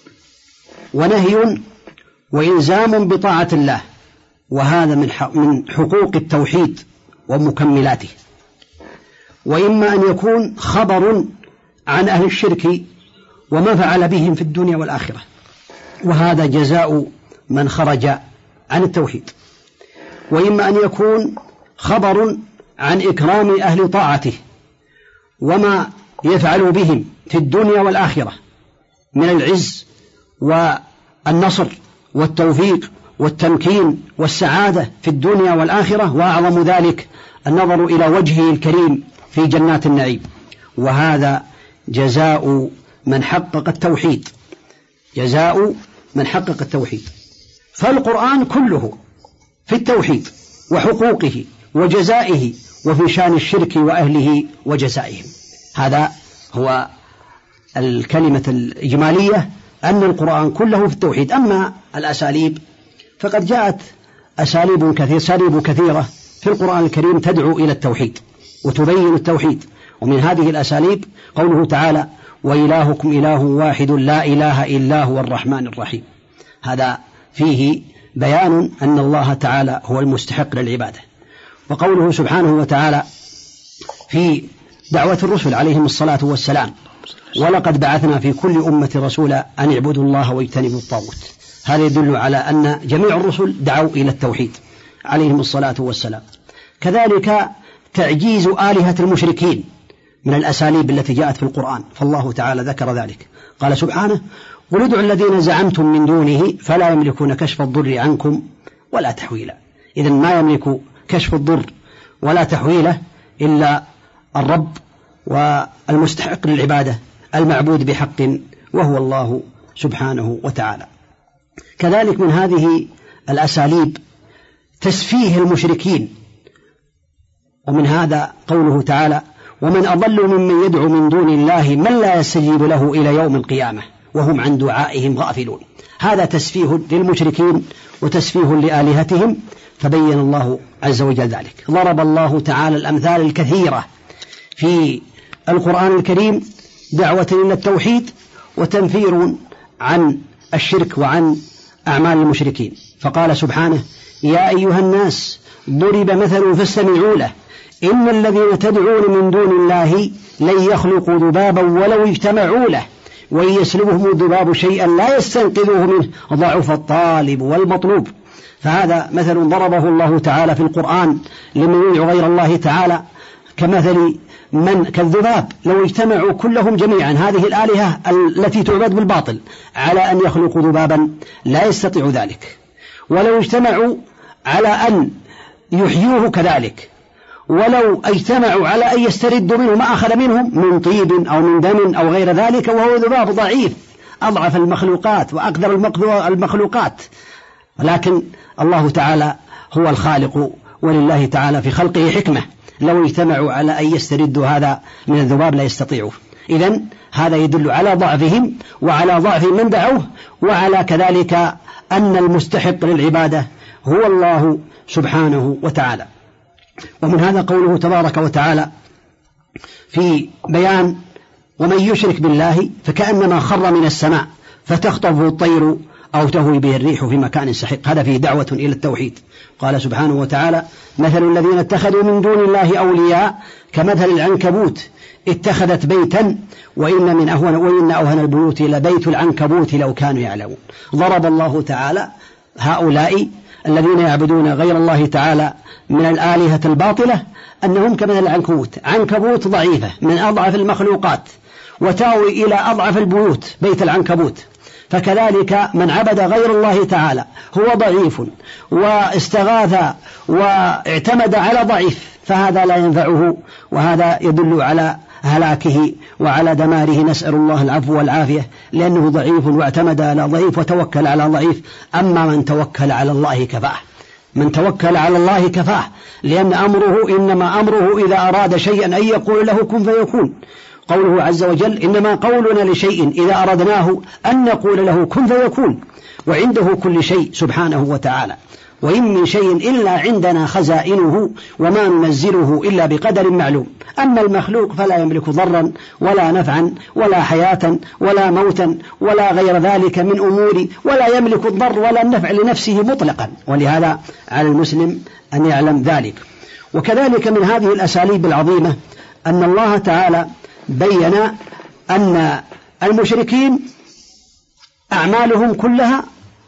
ونهي وإلزام بطاعة الله، وهذا من حقوق التوحيد ومكملاته. وإما أن يكون خبر عن أهل الشرك وما فعل بهم في الدنيا والآخرة، وهذا جزاء من خرج عن التوحيد. وإما أن يكون خبر عن إكرام أهل طاعته وما يفعل بهم في الدنيا والآخرة من العز والنصر والتوفيق والتمكين والسعادة في الدنيا والآخرة، وأعظم ذلك النظر إلى وجهه الكريم في جنات النعيم، وهذا جزاء من حقق التوحيد، جزاء من حقق التوحيد. فالقرآن كله في التوحيد وحقوقه وجزائه، وفي شان الشرك وأهله وجزائهم. هذا هو الكلمة الإجمالية، أن القرآن كله في التوحيد. أما الأساليب فقد جاءت أساليب كثيرة أساليب كثيرة في القرآن الكريم تدعو إلى التوحيد وتبين التوحيد. ومن هذه الأساليب قوله تعالى: وإلهكم إله واحد لا إله إلا هو الرحمن الرحيم. هذا فيه بيان أن الله تعالى هو المستحق للعبادة. وقوله سبحانه وتعالى في دعوة الرسل عليهم الصلاة والسلام: ولقد بعثنا في كل أمة رسولا أن اعبدوا الله واجتنبوا الطاغوت. هذا يدل على أن جميع الرسل دعوا إلى التوحيد عليهم الصلاة والسلام. كذلك تعجيز آلهة المشركين من الأساليب التي جاءت في القرآن، فالله تعالى ذكر ذلك، قال سبحانه: قل ادعوا الذين زعمتم من دونه فلا يملكون كشف الضر عنكم ولا تحويلا. إذن ما يملك كشف الضر ولا تحويله إلا الرب والمستحق للعبادة المعبود بحق، وهو الله سبحانه وتعالى. كذلك من هذه الأساليب تسفيه المشركين، ومن هذا قوله تعالى: ومن أضل ممن يدعو من دون الله من لا يستجيب له إلى يوم القيامة وهم عن دعائهم غافلون. هذا تسفيه للمشركين وتسفيه لآلهتهم، فبين الله عز وجل ذلك. ضرب الله تعالى الأمثال الكثيرة في القرآن الكريم دعوة إلى التوحيد وتنفير عن الشرك وعن أعمال المشركين. فقال سبحانه: يا أيها الناس ضرب مثل فاستمعوا له إن الذين تدعون من دون الله لن يخلقوا ذبابا ولو اجتمعوا له وإن يسلبهم الذباب شيئا لا يستنقذوه منه ضعف الطالب والمطلوب. فهذا مثل ضربه الله تعالى في القرآن لمن يدعو غير الله تعالى كمثل من كالذباب لو اجتمعوا كلهم جميعا، هذه الآلهة التي تعبد بالباطل، على أن يخلقوا ذبابا لا يستطيع ذلك، ولو اجتمعوا على أن يحيوه كذلك، ولو اجتمعوا على أن يستردوا منه ما أخذ منهم من طيب أو من دم أو غير ذلك، وهو ذباب ضعيف أضعف المخلوقات وأقدر المخلوقات. ولكن الله تعالى هو الخالق، ولله تعالى في خلقه حكمة، لو اجتمعوا على أن يستردوا هذا من الذباب لا يستطيعوا. إذن هذا يدل على ضعفهم وعلى ضعف من دعوه، وعلى كذلك أن المستحق للعبادة هو الله سبحانه وتعالى. ومن هذا قوله تبارك وتعالى في بيان ومن يشرك بالله فكأنما خر من السماء فتخطفه الطير أو تهوي به الريح في مكان سحيق. هذا فيه دعوة إلى التوحيد. قال سبحانه وتعالى: مثل الذين اتخذوا من دون الله أولياء كمثل العنكبوت اتخذت بيتا وإن من أهون وإن أوهن البيوت لبيت العنكبوت لو كانوا يعلمون. ضرب الله تعالى هؤلاء الذين يعبدون غير الله تعالى من الآلهة الباطلة أنهم كمثل العنكبوت، عنكبوت ضعيفة من أضعف المخلوقات وتاوي إلى أضعف البيوت بيت العنكبوت. فكذلك من عبد غير الله تعالى هو ضعيف واستغاث واعتمد على ضعيف، فهذا لا ينفعه، وهذا يدل على هلاكه وعلى دماره، نسأل الله العفو والعافية، لأنه ضعيف واعتمد على ضعيف وتوكل على ضعيف. أما من توكل على الله كفاه، من توكل على الله كفاه، لأن أمره إنما أمره إذا أراد شيئا أن يقول له كن فيكون. قوله عز وجل: إنما قولنا لشيء إذا أردناه أن نقول له كن فيكون، وعنده كل شيء سبحانه وتعالى. وإن من شيء إلا عندنا خزائنه وما ننزله إلا بقدر معلوم. أما المخلوق فلا يملك ضرا ولا نفعا ولا حياة ولا موتا ولا غير ذلك من أمور، ولا يملك الضر ولا النفع لنفسه مطلقا، ولهذا على المسلم أن يعلم ذلك. وكذلك من هذه الأساليب العظيمة أن الله تعالى بين أن المشركين أعمالهم كلها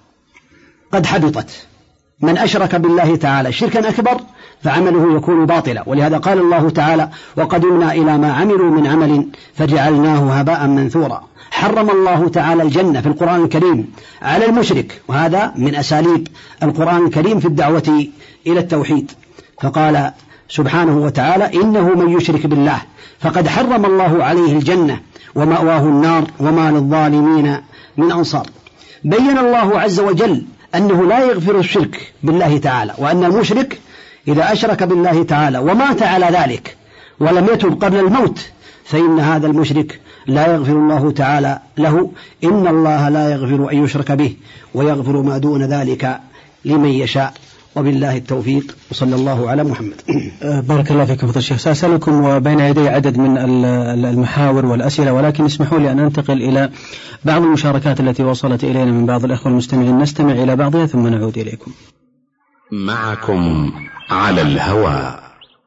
قد حبطت. من أشرك بالله تعالى شركا أكبر فعمله يكون باطلا، ولهذا قال الله تعالى: وقدمنا إلى ما عملوا من عمل فجعلناه هباء منثورا. حرم الله تعالى الجنة في القرآن الكريم على المشرك، وهذا من أساليب القرآن الكريم في الدعوة إلى التوحيد. فقال سبحانه وتعالى: إنه من يشرك بالله فقد حرم الله عليه الجنة ومأواه النار وما للظالمين من أنصار. بين الله عز وجل أنه لا يغفر الشرك بالله تعالى، وأن المشرك إذا أشرك بالله تعالى ومات على ذلك ولم يتب قبل الموت فإن هذا المشرك لا يغفر الله تعالى له. إن الله لا يغفر أن يشرك به ويغفر ما دون ذلك لمن يشاء. وبالله التوفيق، وصلى الله على محمد. بارك الله فيكم فضل الشيخ. سأسألكم وبين يدي عدد من المحاور والأسئلة، ولكن اسمحوا لي أن أنتقل إلى بعض المشاركات التي وصلت إلينا من بعض الأخوة المستمعين، نستمع إلى بعضها ثم نعود إليكم. معكم على الهواء.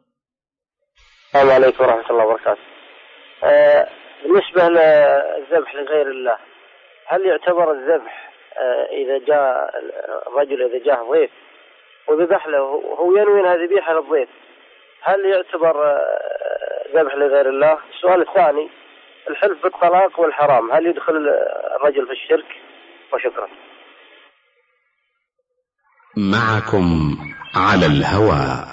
السلام عليكم ورحمة الله وبركاته. آه بالنسبة للذبح لغير الله، هل يعتبر الذبح آه إذا جاء الرجل إذا جاء ضيف وذبح له هو ينوي انها ذبيحه للضيف، هل يعتبر ذبح لغير الله؟ السؤال الثاني: الحلف بالطلاق والحرام، هل يدخل الرجل في الشرك؟ وشكرا. معكم على الهواء.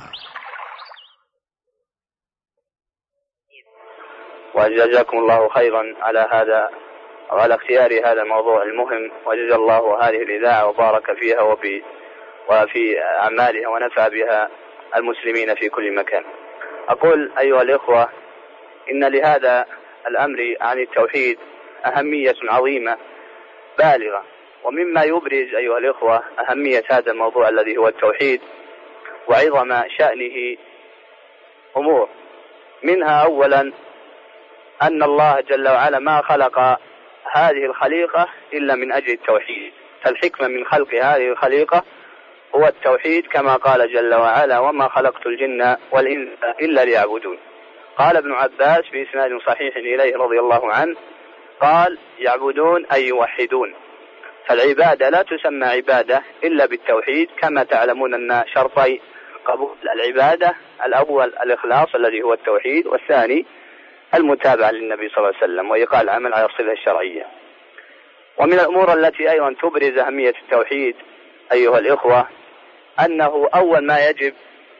وجزاكم الله خيرا على هذا وعلى اختيار هذا الموضوع المهم، وجزا الله هذه الإذاعة وبارك فيها وفي وفي أعمالها ونفع بها المسلمين في كل مكان. أقول أيها الإخوة، إن لهذا الأمر عن التوحيد أهمية عظيمة بالغة. ومما يبرز أيها الإخوة أهمية هذا الموضوع الذي هو التوحيد وعظم شأنه أمور، منها أولا أن الله جل وعلا ما خلق هذه الخليقة إلا من أجل التوحيد، فالحكمة من خلق هذه الخليقة هو التوحيد، كما قال جل وعلا: وما خلقت الجن والإنس إلا ليعبدون. قال ابن عباس بإسناد صحيح إليه رضي الله عنه قال: يعبدون أي يوحدون. فالعبادة لا تسمى عبادة إلا بالتوحيد، كما تعلمون أن شرطي قبول العبادة الأول الإخلاص الذي هو التوحيد، والثاني المتابعة للنبي صلى الله عليه وسلم وإيقاع العمل على الصفة الشرعية. ومن الأمور التي أيضا تبرز أهمية التوحيد أيها الإخوة أنه أول ما يجب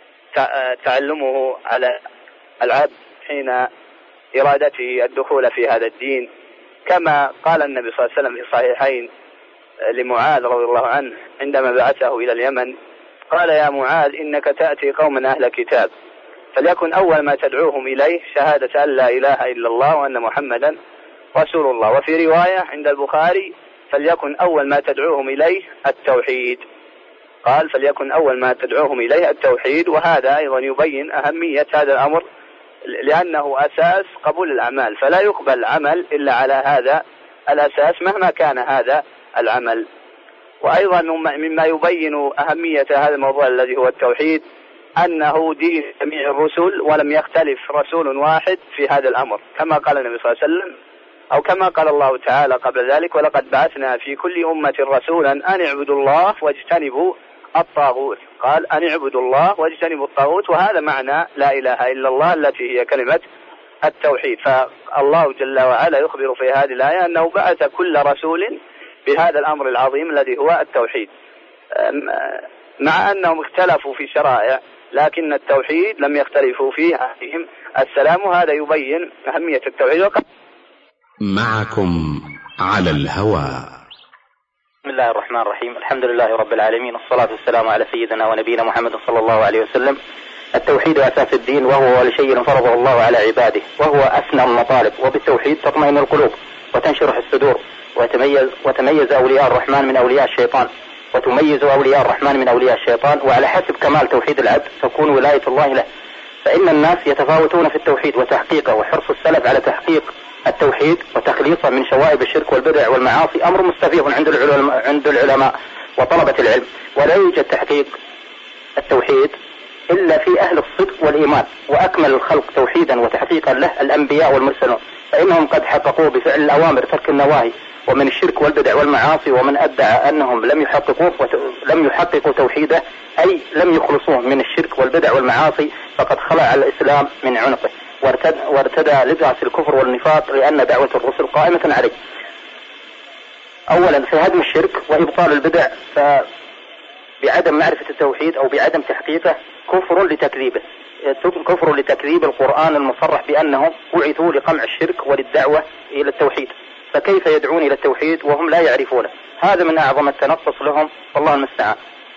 تعلمه على العبد حين إرادته الدخول في هذا الدين، كما قال النبي صلى الله عليه وسلم في الصحيحين لمعاذ رضي الله عنه عندما بعثه إلى اليمن، قال: يا معاذ إنك تأتي قوما أهل كتاب، فليكن أول ما تدعوهم إليه شهادة أن لا إله إلا الله وأن محمدا رسول الله. وفي رواية عند البخاري: فليكن أول ما تدعوهم إليه التوحيد. قال: فليكن أول ما تدعوهم إليه التوحيد. وهذا أيضا يبين أهمية هذا الأمر، لأنه أساس قبول الأعمال، فلا يقبل عمل إلا على هذا الأساس مهما كان هذا العمل. وأيضا مما يبين أهمية هذا الموضوع الذي هو التوحيد أنه دين جميع الرسل، ولم يختلف رسول واحد في هذا الأمر، كما قال النبي صلى الله عليه وسلم أو كما قال الله تعالى قبل ذلك: ولقد بعثنا في كل أمة رسولا أن اعبدوا الله واجتنبوا الطاغوت. قال: أن اعبدوا الله واجتنبوا الطاغوت، وهذا معنى لا إله إلا الله التي هي كلمة التوحيد. فالله جل وعلا يخبر في هذه الآية أنه بعث كل رسول بهذا الأمر العظيم الذي هو التوحيد، مع أنهم اختلفوا في شرائع لكن التوحيد لم يختلفوا فيه عليهم السلام. وهذا يبين أهمية التوحيد. معكم على الهواء. بسم الله الرحمن الرحيم، الحمد لله رب العالمين، والصلاة والسلام على سيدنا ونبينا محمد صلى الله عليه وسلم. التوحيد أساس الدين، وهو لشيء فرضه الله على عباده، وهو أسنى المطالب، وبالتوحيد تطمئن القلوب وتنشرح الصدور، وتميز, وتميز أولياء الرحمن من أولياء الشيطان، وتميز أولياء الرحمن من أولياء الشيطان. وعلى حسب كمال توحيد العبد تكون ولاية الله له. فإن الناس يتفاوتون في التوحيد وتحقيقه، وحرص السلف على تحقيق التوحيد وتخليصه من شوائب الشرك والبدع والمعاصي أمر مستفيض عند العلماء, عند العلماء وطلبة العلم. ولا يوجد تحقيق التوحيد إلا في أهل الصدق والإيمان، وأكمل الخلق توحيدا وتحقيقا له الأنبياء والمرسلون، فإنهم قد حققوه بفعل الأوامر ترك النواهي ومن الشرك والبدع والمعاصي. ومن أدعى أنهم لم يحققوه لم يحققوا توحيده، أي لم يخلصوه من الشرك والبدع والمعاصي، فقد خلع الإسلام من عنقه وارتدى لباس الكفر والنفاق، لأن دعوة الرسل قائمة عليه. أولا في هدم الشرك وإبطال البدع، فبعدم معرفة التوحيد أو بعدم تحقيقه كفر لتكذيبه، كفر لتكذيب القرآن المصرح بأنهم بعثوا لقمع الشرك وللدعوة إلى التوحيد، فكيف يدعون إلى التوحيد وهم لا يعرفونه؟ هذا من أعظم التنقص لهم، والله المستعان.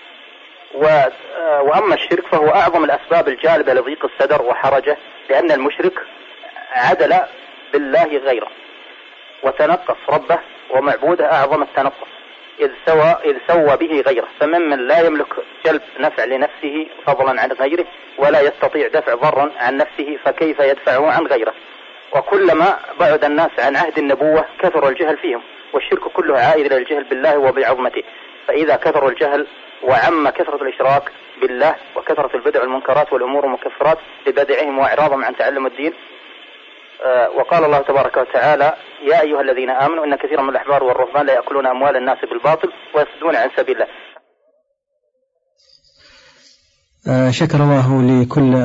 وأما الشرك فهو أعظم الأسباب الجالبة لضيق الصدر وحرجه، لأن المشرك عدل بالله غيره وتنقص ربه ومعبوده أعظم التنقص، إذ سوى, إذ سوى به غيره. فممن لا يملك جلب نفع لنفسه فضلا عن غيره، ولا يستطيع دفع ضرا عن نفسه، فكيف يدفعه عن غيره؟ وكلما بعد الناس عن عهد النبوة كثر الجهل فيهم، والشرك كله عائد إلى الجهل بالله وبعظمته. فإذا كثر الجهل وعم كثرة الإشراك بالله وكثرة البدع والمنكرات والأمور المكفرات لبدعهم وإعراضهم عن تعلم الدين. آه وقال الله تبارك وتعالى: يا أيها الذين آمنوا إن كثيرا من الأحبار والرهبان لا يأكلون أموال الناس بالباطل ويصدون عن سبيل الله. آه شكر الله لكل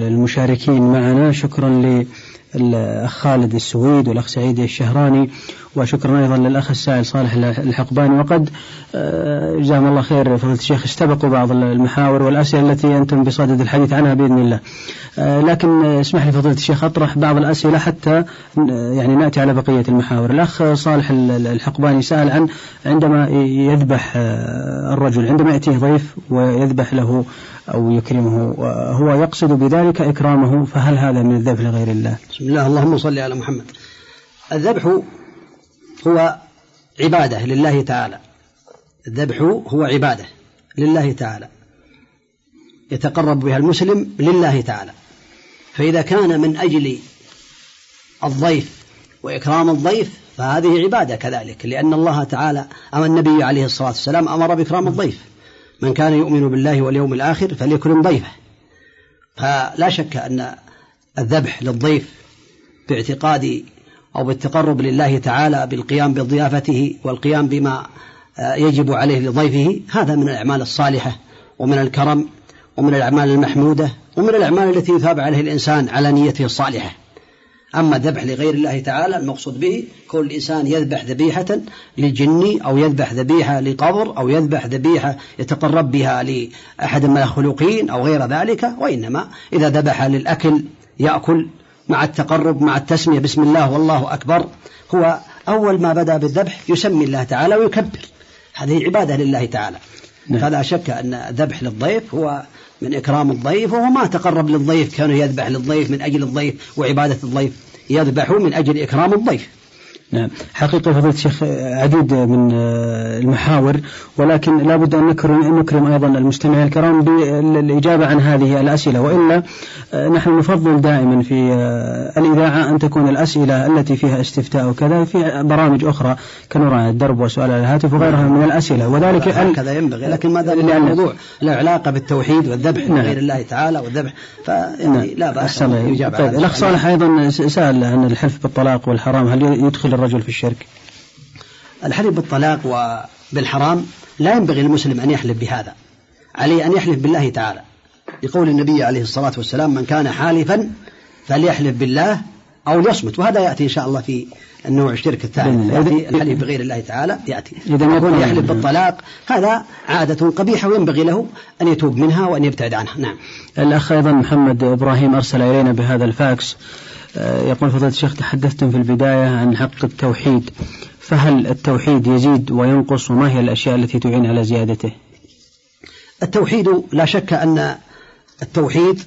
المشاركين معنا، شكرا للأخ خالد السويد والأخ سعيد الشهراني وشكرا أيضا للأخ السائل صالح الحقباني. وقد جزاهم الله خير فضيلة الشيخ استبقوا بعض المحاور والأسئلة التي أنتم بصدد الحديث عنها بإذن الله، لكن اسمح لي فضيلة الشيخ أطرح بعض الأسئلة حتى يعني نأتي على بقية المحاور. الأخ صالح الحقباني سأل عن عندما يذبح الرجل عندما يأتيه ضيف ويذبح له أو يكرمه، هو يقصد بذلك إكرامه، فهل هذا من الذبح لغير الله؟ بسم الله، اللهم صل على محمد. الذبح هو عبادة لله تعالى، الذبح هو عبادة لله تعالى يتقرب بها المسلم لله تعالى، فإذا كان من أجل الضيف وإكرام الضيف فهذه عبادة كذلك، لأن الله تعالى أو النبي عليه الصلاة والسلام أمر بإكرام الضيف، من كان يؤمن بالله واليوم الآخر فليكرم ضيفه. فلا شك أن الذبح للضيف باعتقاد أو بالتقرب لله تعالى بالقيام بضيافته والقيام بما يجب عليه لضيفه، هذا من الأعمال الصالحة ومن الكرم ومن الأعمال المحمودة ومن الأعمال التي يثاب عليه الإنسان على نيته الصالحة. أما الذبح لغير الله تعالى المقصود به كل إنسان يذبح ذبيحة للجن أو يذبح ذبيحة لقبر أو يذبح ذبيحة يتقرب بها لأحد من الخلوقين أو غير ذلك، وإنما إذا ذبح للأكل يأكل مع التقرب مع التسمية بسم الله والله أكبر، هو أول ما بدأ بالذبح يسمي الله تعالى ويكبر، هذه عبادة لله تعالى. فلا شك أن الذبح للضيف هو من إكرام الضيف، وهو ما تقرب للضيف كانوا يذبح للضيف من أجل الضيف وعبادة الضيف، يذبح من أجل إكرام الضيف. نعم، حقيقة فضيلة الشيخ عديد من المحاور، ولكن لا بد أن نكرم, نكرم أيضا المستمعين الكرام بالإجابة عن هذه الأسئلة، وإلا نحن نفضل دائما في الإذاعة أن تكون الأسئلة التي فيها استفتاء وكذا في برامج أخرى كنوران الدرب وسؤال الهاتف وغيرها من الأسئلة، وذلك هكذا ينبغي. لكن ما دام الموضوع له علاقة بالتوحيد والذبح نعم. غير الله تعالى والذبح فيعني لا بأس يجاب. طيب الأخ صالح أيضا سأل عن الحلف بالطلاق والحرام، هل يدخل الرجل في الشرك؟ الحلف بالطلاق وبالحرام لا ينبغي المسلم أن يحلف بهذا، عليه أن يحلف بالله تعالى، لقول النبي عليه الصلاة والسلام من كان حالفا فليحلف بالله أو ليصمت، وهذا يأتي إن شاء الله في النوع الشرك الثاني، يأتي الحلف بغير الله تعالى يأتي. إذا يكون يحلف بالطلاق هذا عادة قبيحة وينبغي له أن يتوب منها وأن يبتعد عنها. نعم. الأخ أيضا محمد إبراهيم أرسل إلينا بهذا الفاكس، يقول فضيلة الشيخ تحدثتم في البداية عن حق التوحيد، فهل التوحيد يزيد وينقص، وما هي الأشياء التي تعين على زيادته؟ التوحيد لا شك أن التوحيد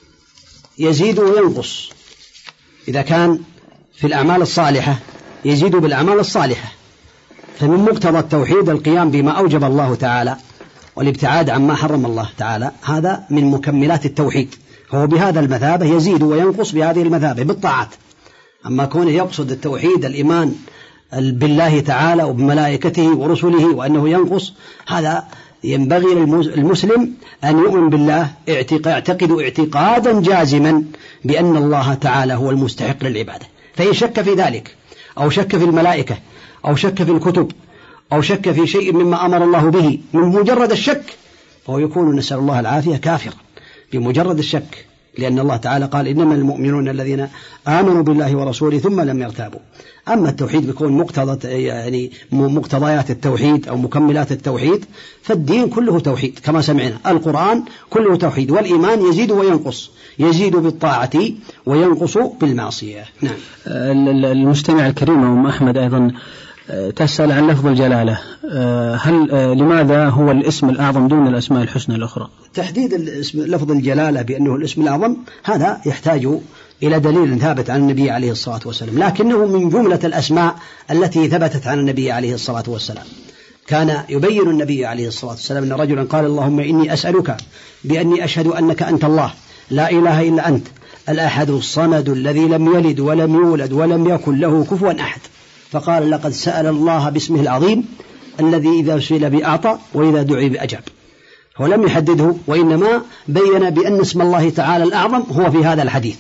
يزيد وينقص، إذا كان في الأعمال الصالحة يزيد بالأعمال الصالحة، فمن مقتضى التوحيد القيام بما أوجب الله تعالى والابتعاد عما حرم الله تعالى، هذا من مكملات التوحيد، هو بهذا المثابة يزيد وينقص بهذه المثابة بالطاعات. أما كونه يقصد التوحيد الإيمان بالله تعالى وبملائكته ورسله وأنه ينقص، هذا ينبغي للمسلم أن يؤمن بالله يعتقد اعتقادا جازما بأن الله تعالى هو المستحق للعبادة، فإن شك في ذلك أو شك في الملائكة أو شك في الكتب أو شك في شيء مما أمر الله به من مجرد الشك فهو يكون نسأل الله العافية كافرا بمجرد الشك، لأن الله تعالى قال إنما المؤمنون الذين آمنوا بالله ورسوله ثم لم يرتابوا. أما التوحيد بيكون مقتضى يعني مقتضيات التوحيد أو مكملات التوحيد، فالدين كله توحيد كما سمعنا، القرآن كله توحيد، والإيمان يزيد وينقص، يزيد بالطاعة وينقص بالمعصية. نعم. المستمع الكريم أم أحمد أيضا تسأل عن لفظ الجلالة، هل لماذا هو الاسم الأعظم دون الأسماء الحسنى الأخرى؟ تحديد الاسم لفظ الجلالة بأنه الاسم الأعظم هذا يحتاج إلى دليل ثابت عن النبي عليه الصلاة والسلام، لكنه من جملة الأسماء التي ثبتت عن النبي عليه الصلاة والسلام. كان يبين النبي عليه الصلاة والسلام أن رجلا قال اللهم إني أسألك بأني أشهد أنك أنت الله لا إله إلا أنت الأحد الصمد الذي لم يلد ولم يولد ولم يكن له كفوا أحد، فقال لقد سأل الله باسمه العظيم الذي إذا سئل بأعطى وإذا دعي بأجاب. هو لم يحدده، وإنما بين بأن اسم الله تعالى الأعظم هو في هذا الحديث.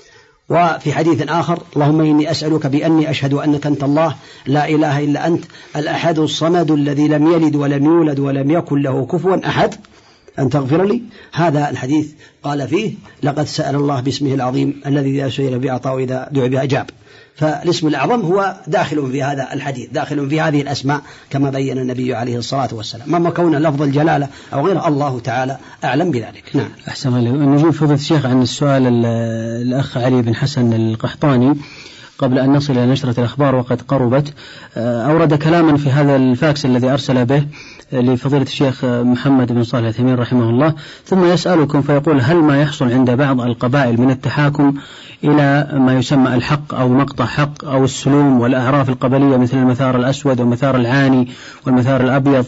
وفي حديث آخر اللهم إني أسألك بأني أشهد أنك أنت الله لا إله إلا أنت الأحد الصمد الذي لم يلد ولم يولد ولم يكن له كفوا أحد، أن تغفر لي. هذا الحديث قال فيه لقد سأل الله باسمه العظيم الذي إذا سئل بأعطاه وإذا دعي بأجاب. فالاسم الأعظم هو داخل في هذا الحديث، داخل في هذه الأسماء كما بين النبي عليه الصلاة والسلام. أما كون لفظ الجلالة أو غيره الله تعالى أعلم بذلك. نعم. أحسن الله. نجيب فضيلة الشيخ عن السؤال الأخ علي بن حسن القحطاني قبل أن نصل إلى نشرة الأخبار وقد قربت. أورد كلاما في هذا الفاكس الذي أرسل به لفضيلة الشيخ محمد بن صالح العثيمين رحمه الله، ثم يسألكم فيقول: هل ما يحصل عند بعض القبائل من التحاكم إلى ما يسمى الحق أو مقطع حق أو السلوم والأعراف القبلية مثل المثار الأسود ومثار العاني والمثار الأبيض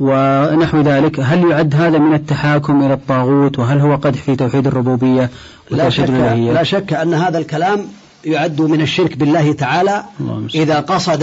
ونحو ذلك، هل يعد هذا من التحاكم إلى الطاغوت؟ وهل هو قدح في توحيد الربوبية لا شك, لا شك أن هذا الكلام يعد من الشرك بالله تعالى إذا قصد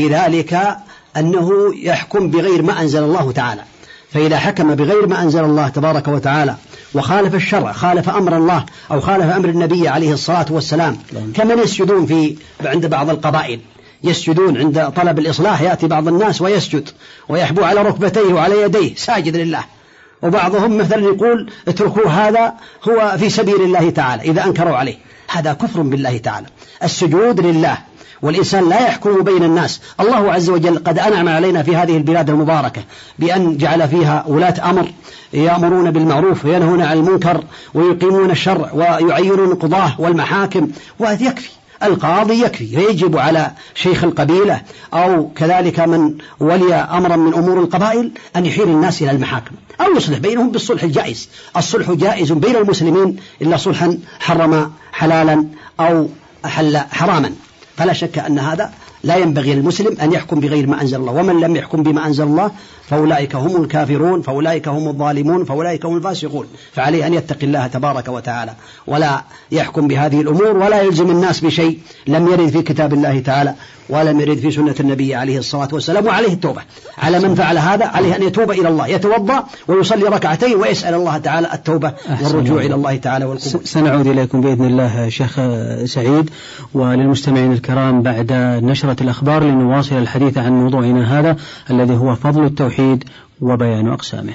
بذلك أنه يحكم بغير ما أنزل الله تعالى. فإذا حكم بغير ما أنزل الله تبارك وتعالى وخالف الشرع، خالف أمر الله أو خالف أمر النبي عليه الصلاة والسلام، كمن يسجدون في عند بعض القبائل، يسجدون عند طلب الإصلاح، يأتي بعض الناس ويسجد ويحبو على ركبتيه وعلى يديه ساجد لله، وبعضهم مثلا يقول اتركوا هذا هو في سبيل الله تعالى إذا أنكروا عليه. هذا كفر بالله تعالى. السجود لله، والإنسان لا يحكم بين الناس. الله عز وجل قد أنعم علينا في هذه البلاد المباركة بأن جعل فيها ولاة أمر يأمرون بالمعروف وينهون عن المنكر ويقيمون الشرع ويعينون القضاة والمحاكم، وهذا يكفي. القاضي يكفي، ويجب على شيخ القبيلة أو كذلك من ولي أمرا من أمور القبائل أن يحيل الناس إلى المحاكم أو يصلح بينهم بالصلح الجائز. الصلح جائز بين المسلمين إلا صلحا حرم حلالا أو أحل حراما. فلا شك أن هذا لا ينبغي للمسلم أن يحكم بغير ما أنزل الله، ومن لم يحكم بما أنزل الله فأولئك هم الكافرون، فأولئك هم الظالمون، فأولئك هم الفاسقون. فعليه أن يتقي الله تبارك وتعالى ولا يحكم بهذه الأمور ولا يلزم الناس بشيء لم يرد في كتاب الله تعالى ولم يرد في سنة النبي عليه الصلاة والسلام. وعليه التوبة على من فعل هذا، عليه أن يتوب إلى الله، يتوضأ ويصلي ركعتين ويسأل الله تعالى التوبة والرجوع إلى الله تعالى والقبول. سنعود إليكم بإذن الله شيخ سعيد، وللمستمعين الكرام بعد نشرة الأخبار لنواصل الحديث عن موضوعنا هذا الذي هو فضل التوحيد وبيان أقسامه.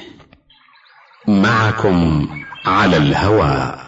معكم على الهواء.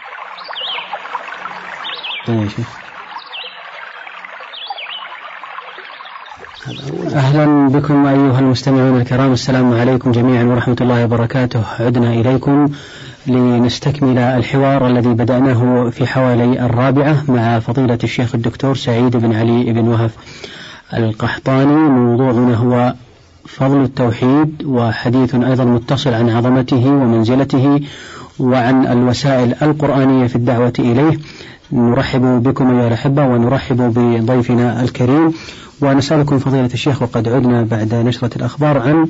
أهلا بكم أيها المستمعون الكرام، السلام عليكم جميعا ورحمة الله وبركاته. عدنا إليكم لنستكمل الحوار الذي بدأناه في حوالي الرابعة مع فضيلة الشيخ الدكتور سعيد بن علي بن وهف القحطاني. موضوعنا هو فضل التوحيد، وحديث أيضا متصل عن عظمته ومنزلته وعن الوسائل القرآنية في الدعوة إليه. نرحب بكم أيها الأحبة ونرحب بضيفنا الكريم، ونسألكم فضيلة الشيخ وقد عدنا بعد نشرة الأخبار عن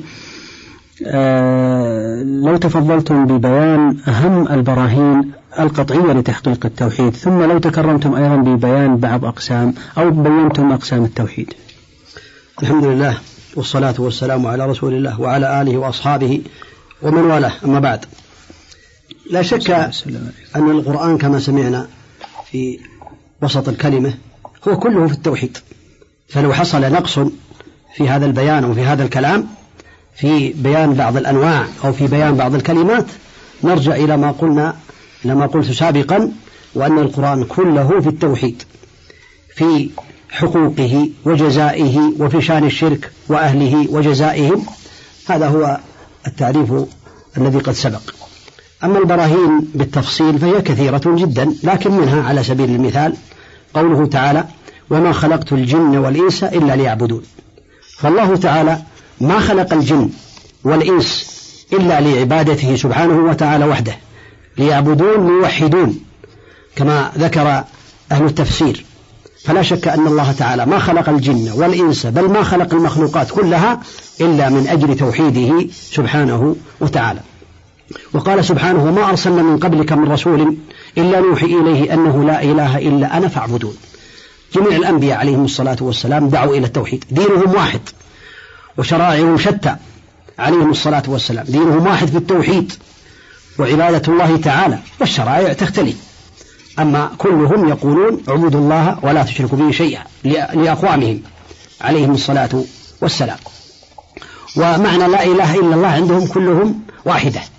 آه لو تفضلتم ببيان أهم البراهين القطعية لتحقيق التوحيد، ثم لو تكرمتم أيضا ببيان بعض أقسام أو بينتم أقسام التوحيد. الحمد لله والصلاة والسلام على رسول الله وعلى آله وأصحابه ومن والاه، أما بعد. لا شك أن القرآن كما سمعنا في وسط الكلمة هو كله في التوحيد، فلو حصل نقص في هذا البيان وفي هذا الكلام في بيان بعض الأنواع أو في بيان بعض الكلمات نرجع إلى ما قلنا إلى ما قلت سابقا، وأن القرآن كله في التوحيد، في حقوقه وجزائه وفي شان الشرك وأهله وجزائهم. هذا هو التعريف الذي قد سبق. أما البراهين بالتفصيل فهي كثيرة جدا، لكن منها على سبيل المثال قوله تعالى: وما خلقت الجن والإنس إلا ليعبدون. فالله تعالى ما خلق الجن والإنس إلا لعبادته سبحانه وتعالى وحده، ليعبدون ليوحدون كما ذكر أهل التفسير. فلا شك أن الله تعالى ما خلق الجن والإنس بل ما خلق المخلوقات كلها إلا من أجل توحيده سبحانه وتعالى. وقال سبحانه: وما أرسلنا من قبلك من رسول إلا نوحي إليه أنه لا إله إلا أنا فاعبدون. جميع الأنبياء عليهم الصلاة والسلام دعوا إلى التوحيد، دينهم واحد وشرائعهم شتى عليهم الصلاة والسلام، دينهم واحد في التوحيد وعبادة الله تعالى، والشرائع تختلف. أما كلهم يقولون اعبدوا الله ولا تشركوا به شيئا لأقوامهم عليهم الصلاة والسلام. ومعنى لا إله إلا الله عندهم كلهم واحدة،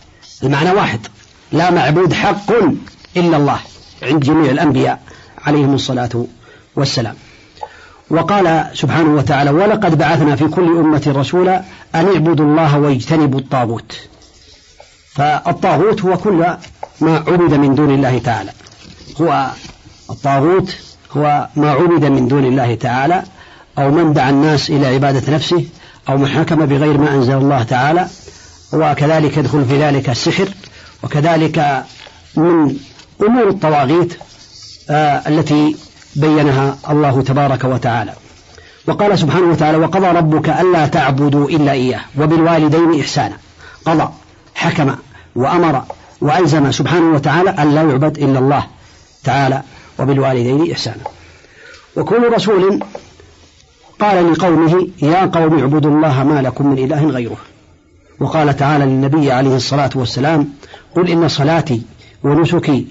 المعنى واحد، لا معبود حق إلا الله عند جميع الأنبياء عليهم الصلاة والسلام. وقال سبحانه وتعالى: ولقد بعثنا في كل أمة رسولا أن اعبدوا الله واجتنبوا الطاغوت. فالطاغوت هو كل ما عبد من دون الله تعالى، هو الطاغوت هو ما عبد من دون الله تعالى، أو من دعا الناس إلى عبادة نفسه، أو من حكم بغير ما أنزل الله تعالى. وكذلك يدخل في ذلك السحر، وكذلك من أمور الطواغيت آه التي بينها الله تبارك وتعالى. وقال سبحانه وتعالى: وقضى ربك ألا تعبدوا إلا إياه وبالوالدين إحسانا. قضى، حكم، وأمر وألزم سبحانه وتعالى أن لا يعبد إلا الله تعالى وبالوالدين إحسانا. وكل رسول قال لقومه: يا قوم اعبدوا الله ما لكم من إله غيره. وقال تعالى للنبي عليه الصلاة والسلام: قل إن صلاتي ونسكي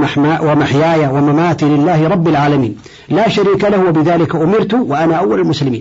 ومحياي ومماتي لله رب العالمين لا شريك له وبذلك أمرت وأنا أول المسلمين.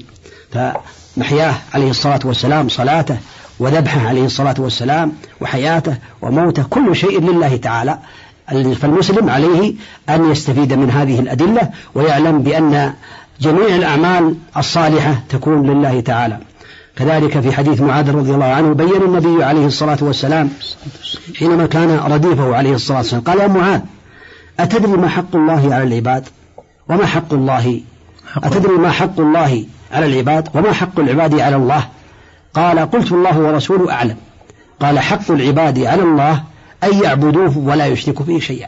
فمحياه عليه الصلاة والسلام، صلاته وذبحه عليه الصلاة والسلام، وحياته وموته، كل شيء لله تعالى. فالمسلم عليه أن يستفيد من هذه الأدلة ويعلم بأن جميع الأعمال الصالحة تكون لله تعالى. كذلك في حديث معاذ رضي الله عنه بين النبي عليه الصلاة والسلام حينما كان رديفه عليه الصلاة والسلام قال: يا معاذ، أتدري ما حق الله على العباد وما حق الله أتدري ما حق الله على العباد وما حق العباد على الله؟ قال: قلت: الله ورسوله أعلم. قال: حق العباد على الله أن يعبدوه ولا يشركوا به شيئا.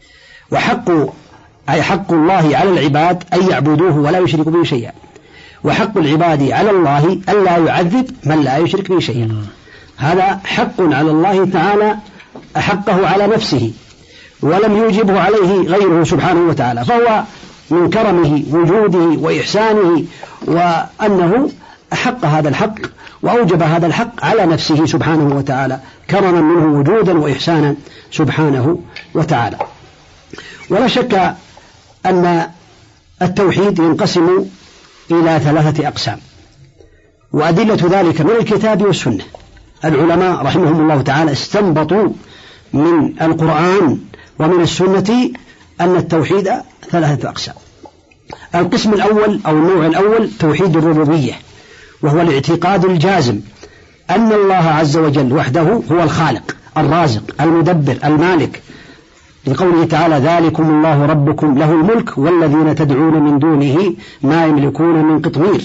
وحق أي حق الله على العباد أن يعبدوه ولا يشركوا به شيئا. وحق العباد على الله ألا يعذب من لا يشرك به شيئا. هذا حق على الله تعالى حقه على نفسه ولم يوجبه عليه غيره سبحانه وتعالى، فهو من كرمه وجوده وإحسانه وأنه أحق هذا الحق وأوجب هذا الحق على نفسه سبحانه وتعالى كرما منه وجودا وإحسانا سبحانه وتعالى. ولا شك أن التوحيد ينقسم إلى ثلاثة أقسام، وأدلة ذلك من الكتاب والسنة. العلماء رحمهم الله تعالى استنبطوا من القرآن ومن السنة أن التوحيد ثلاثة أقسام. القسم الأول أو النوع الأول توحيد الربوبية، وهو الاعتقاد الجازم أن الله عز وجل وحده هو الخالق الرازق المدبر المالك، لقوله تعالى: ذلكم الله ربكم له الملك والذين تدعون من دونه ما يملكون من قطمير.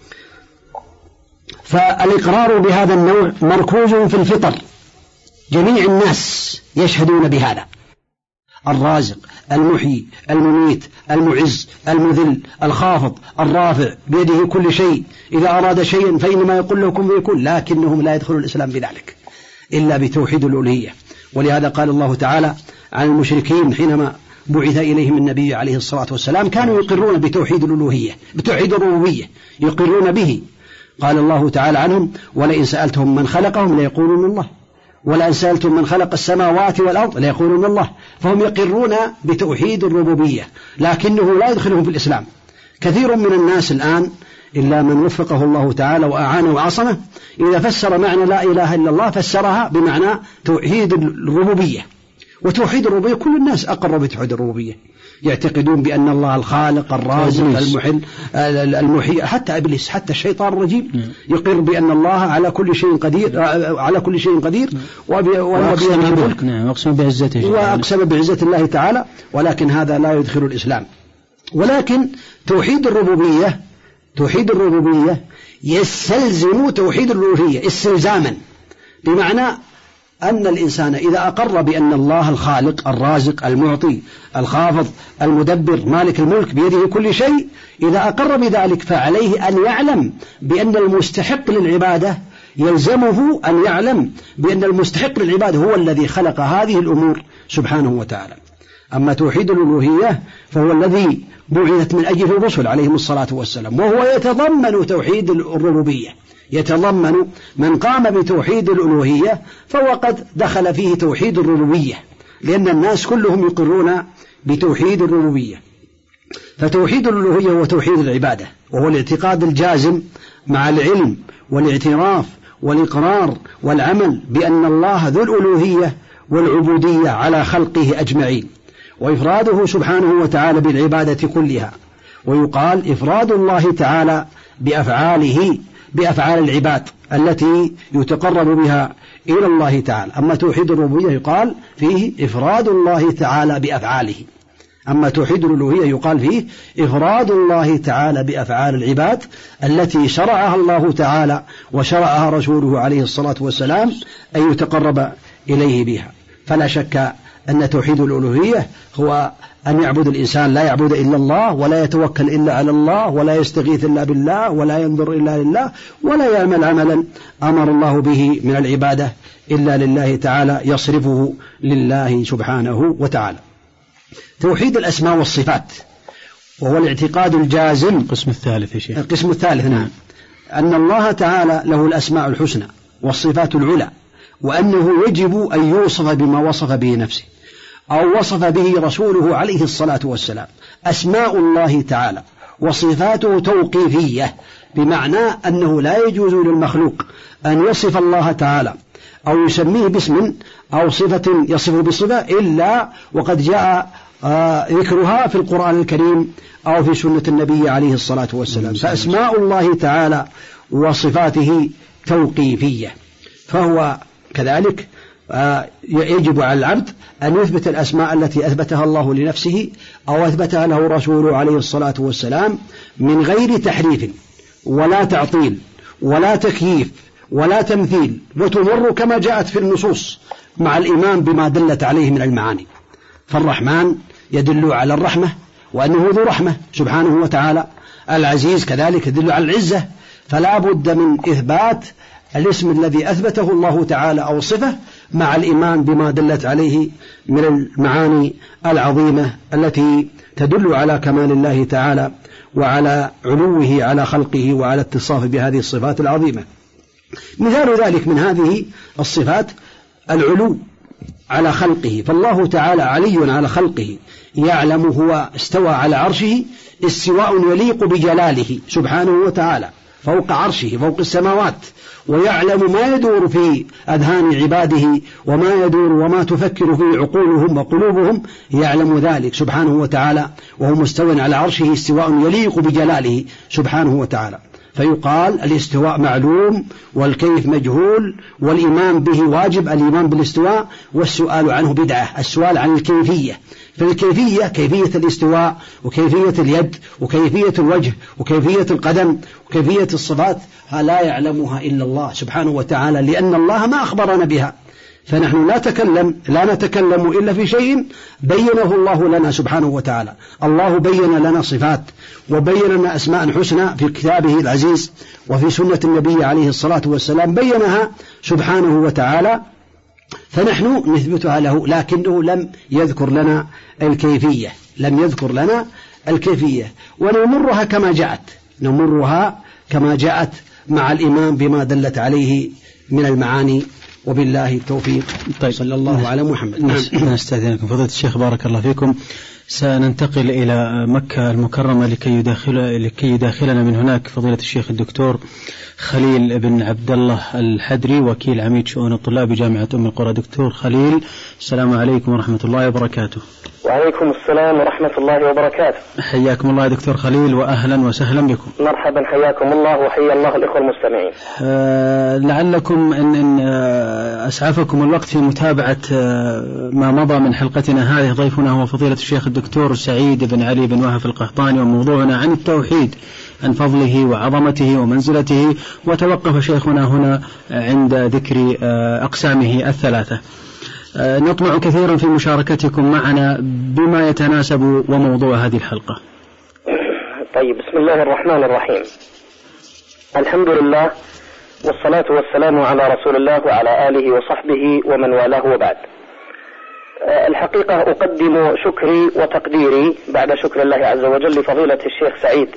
فالإقرار بهذا النوع مركوز في الفطر، جميع الناس يشهدون بهذا: الرازق المحيي المميت المعز المذل الخافض الرافع بيده كل شيء، إذا أراد شيئا فإنما يقول له كن فيكون. لكنهم لا يدخلون الإسلام بذلك إلا بتوحيد الألوهية. ولهذا قال الله تعالى عن المشركين حينما بعث إليهم النبي عليه الصلاة والسلام كانوا يقرون بتوحيد الألوهية بتوحيد الربوبية يقرون به. قال الله تعالى عنهم: ولئن سألتهم من خلقهم ليقولون الله، ولئن سألتم من خلق السماوات والأرض ليقولون الله. فهم يقرون بتوحيد الربوبية، لكنه لا يدخلهم في الإسلام. كثير من الناس الآن إلا من وفقه الله تعالى وأعانه وعصمه إذا فسر معنى لا إله إلا الله فسرها بمعنى توحيد الربوبية. وتوحيد الربوبية كل الناس أقر بتوحيد الربوبية، يعتقدون بأن الله الخالق الرازق المحل المحيي. حتى إبليس، حتى الشيطان الرجيم يقر بأن الله على كل شيء قدير على كل شيء قدير وأقسم بعزته وأقسم بعزة الله تعالى، ولكن هذا لا يدخل الإسلام. ولكن توحيد الربوبية توحيد الربوبية يستلزم توحيد الألوهية استلزاما، بمعنى أن الإنسان إذا أقر بأن الله الخالق الرازق المعطي الخافض المدبر مالك الملك بيده كل شيء، إذا أقر بذلك فعليه أن يعلم بأن المستحق للعبادة يلزمه أن يعلم بأن المستحق للعبادة هو الذي خلق هذه الأمور سبحانه وتعالى. أما توحيد الألوهية فهو الذي بعثت من أجله الرسل عليهم الصلاة والسلام، وهو يتضمن توحيد الربوبية، يتضمن من قام بتوحيد الألوهية فهو قد دخل فيه توحيد الربوبية، لأن الناس كلهم يقرون بتوحيد الربوبية. فتوحيد الألوهية هو توحيد العبادة، وهو الاعتقاد الجازم مع العلم والاعتراف والإقرار والعمل بأن الله ذو الألوهية والعبودية على خلقه أجمعين، وإفراده سبحانه وتعالى بالعبادة كلها. ويقال إفراد الله تعالى بأفعاله بأفعال العباد التي يتقرب بها إلى الله تعالى. أما توحيد الربوبية يقال فيه إفراد الله تعالى بأفعاله، أما توحيد الألوهية يقال فيه إفراد الله تعالى بأفعال العباد التي شرعها الله تعالى وشرعها رسوله عليه الصلاة والسلام أن يتقرب إليه بها. فلا شك أن توحيد الألوهية هو أن يعبد الإنسان لا يعبد إلا الله، ولا يتوكل إلا على الله، ولا يستغيث إلا بالله، ولا ينظر إلا لله، ولا يعمل عملا أمر الله به من العبادة إلا لله تعالى يصرفه لله سبحانه وتعالى. توحيد الأسماء والصفات وهو الاعتقاد الجازم. القسم الثالث يا شيخ. القسم الثالث نعم، أن الله تعالى له الأسماء الحسنى والصفات العلى، وأنه يجب أن يوصف بما وصف به نفسه أو وصف به رسوله عليه الصلاة والسلام. أسماء الله تعالى وصفاته توقيفية، بمعنى أنه لا يجوز للمخلوق أن يصف الله تعالى أو يسميه باسم أو صفة يصفه بصفة إلا وقد جاء آه ذكرها في القرآن الكريم أو في سنة النبي عليه الصلاة والسلام. فأسماء الله تعالى وصفاته توقيفية، فهو كذلك آه يجب على العبد أن يثبت الأسماء التي أثبتها الله لنفسه أو أثبتها له رسوله عليه الصلاة والسلام من غير تحريف ولا تعطيل ولا تكييف ولا تمثيل، وتمر كما جاءت في النصوص مع الإيمان بما دلت عليه من المعاني. فالرحمن يدل على الرحمة وأنه ذو رحمة سبحانه وتعالى. العزيز كذلك يدل على العزة، فلا بد من إثبات الاسم الذي أثبته الله تعالى أو الصفة مع الإيمان بما دلت عليه من المعاني العظيمة التي تدل على كمال الله تعالى وعلى علوه على خلقه وعلى اتصاف بهذه الصفات العظيمة. مثال ذلك من هذه الصفات العلو على خلقه، فالله تعالى علي على خلقه، يعلم هو استوى على عرشه استواء يليق بجلاله سبحانه وتعالى فوق عرشه فوق السماوات، ويعلم ما يدور في أذهان عباده وما يدور وما تفكر فيه عقولهم وقلوبهم، يعلم ذلك سبحانه وتعالى، وهو مستوى على عرشه استواء يليق بجلاله سبحانه وتعالى. فيقال الاستواء معلوم والكيف مجهول، والإيمان به واجب، الإيمان بالاستواء، والسؤال عنه بدعة، السؤال عن الكيفية. فالكيفية كيفية الاستواء وكيفية اليد وكيفية الوجه وكيفية القدم وكيفية الصفات لا يعلمها إلا الله سبحانه وتعالى، لأن الله ما أخبرنا بها. فنحن لا تكلم لا نتكلم إلا في شيء بينه الله لنا سبحانه وتعالى. الله بين لنا صفات وبين لنا أسماء حسنى في كتابه العزيز وفي سنة النبي عليه الصلاة والسلام بينها سبحانه وتعالى، فنحن نثبتها له، لكنه لم يذكر لنا الكيفية لم يذكر لنا الكيفية ونمرها كما جاءت نمرها كما جاءت مع الإيمان بما دلت عليه من المعاني، وبالله التوفيق. طيب. صلى الله على محمد. نعم. نستأذنكم فضيلة الشيخ بارك الله فيكم، سننتقل إلى مكة المكرمة لكي يداخل لكي يداخلنا من هناك فضيلة الشيخ الدكتور خليل بن عبد الله الحدري، وكيل عميد شؤون الطلاب بجامعة أم القرى. دكتور خليل، السلام عليكم ورحمة الله وبركاته. وعليكم السلام ورحمة الله وبركاته. حياكم الله دكتور خليل، وأهلا وسهلا بكم. مرحبا، حياكم الله وحيا الله الإخوة المستمعين. آه لعلكم إن, إن آه أسعفكم الوقت في متابعة آه ما مضى من حلقتنا هذه. ضيفنا هو فضيلة الشيخ الدكتور سعيد بن علي بن وهف القحطاني، وموضوعنا عن التوحيد، عن فضله وعظمته ومنزلته، وتوقف شيخنا هنا عند ذكر آه أقسامه الثلاثة. نطمع كثيرا في مشاركتكم معنا بما يتناسب وموضوع هذه الحلقة. طيب، بسم الله الرحمن الرحيم. الحمد لله والصلاة والسلام على رسول الله وعلى آله وصحبه ومن والاه، وبعد. الحقيقة أقدم شكري وتقديري بعد شكر الله عز وجل لفضيلة الشيخ سعيد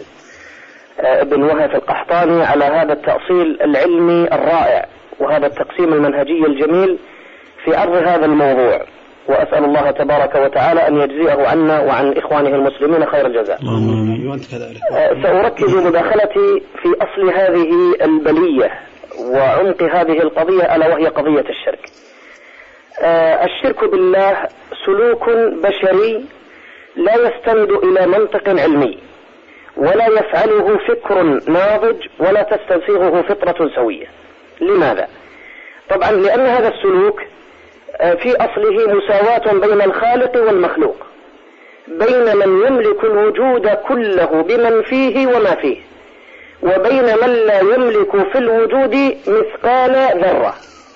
بن وهف القحطاني على هذا التأصيل العلمي الرائع وهذا التقسيم المنهجي الجميل في عرض هذا الموضوع، وأسأل الله تبارك وتعالى أن يجزيه عنا وعن إخوانه المسلمين خير الجزاء. سأركز مداخلتي في أصل هذه البلية وعمق هذه القضية، ألا وهي قضية الشرك. آه الشرك بالله سلوك بشري لا يستند إلى منطق علمي، ولا يفعله فكر ناضج، ولا تستسيغه فطرة سوية. لماذا؟ طبعا لأن هذا السلوك في أصله مساواة بين الخالق والمخلوق، بين من يملك الوجود كله بمن فيه وما فيه، وبين من لا يملك في الوجود مثقال ذرة،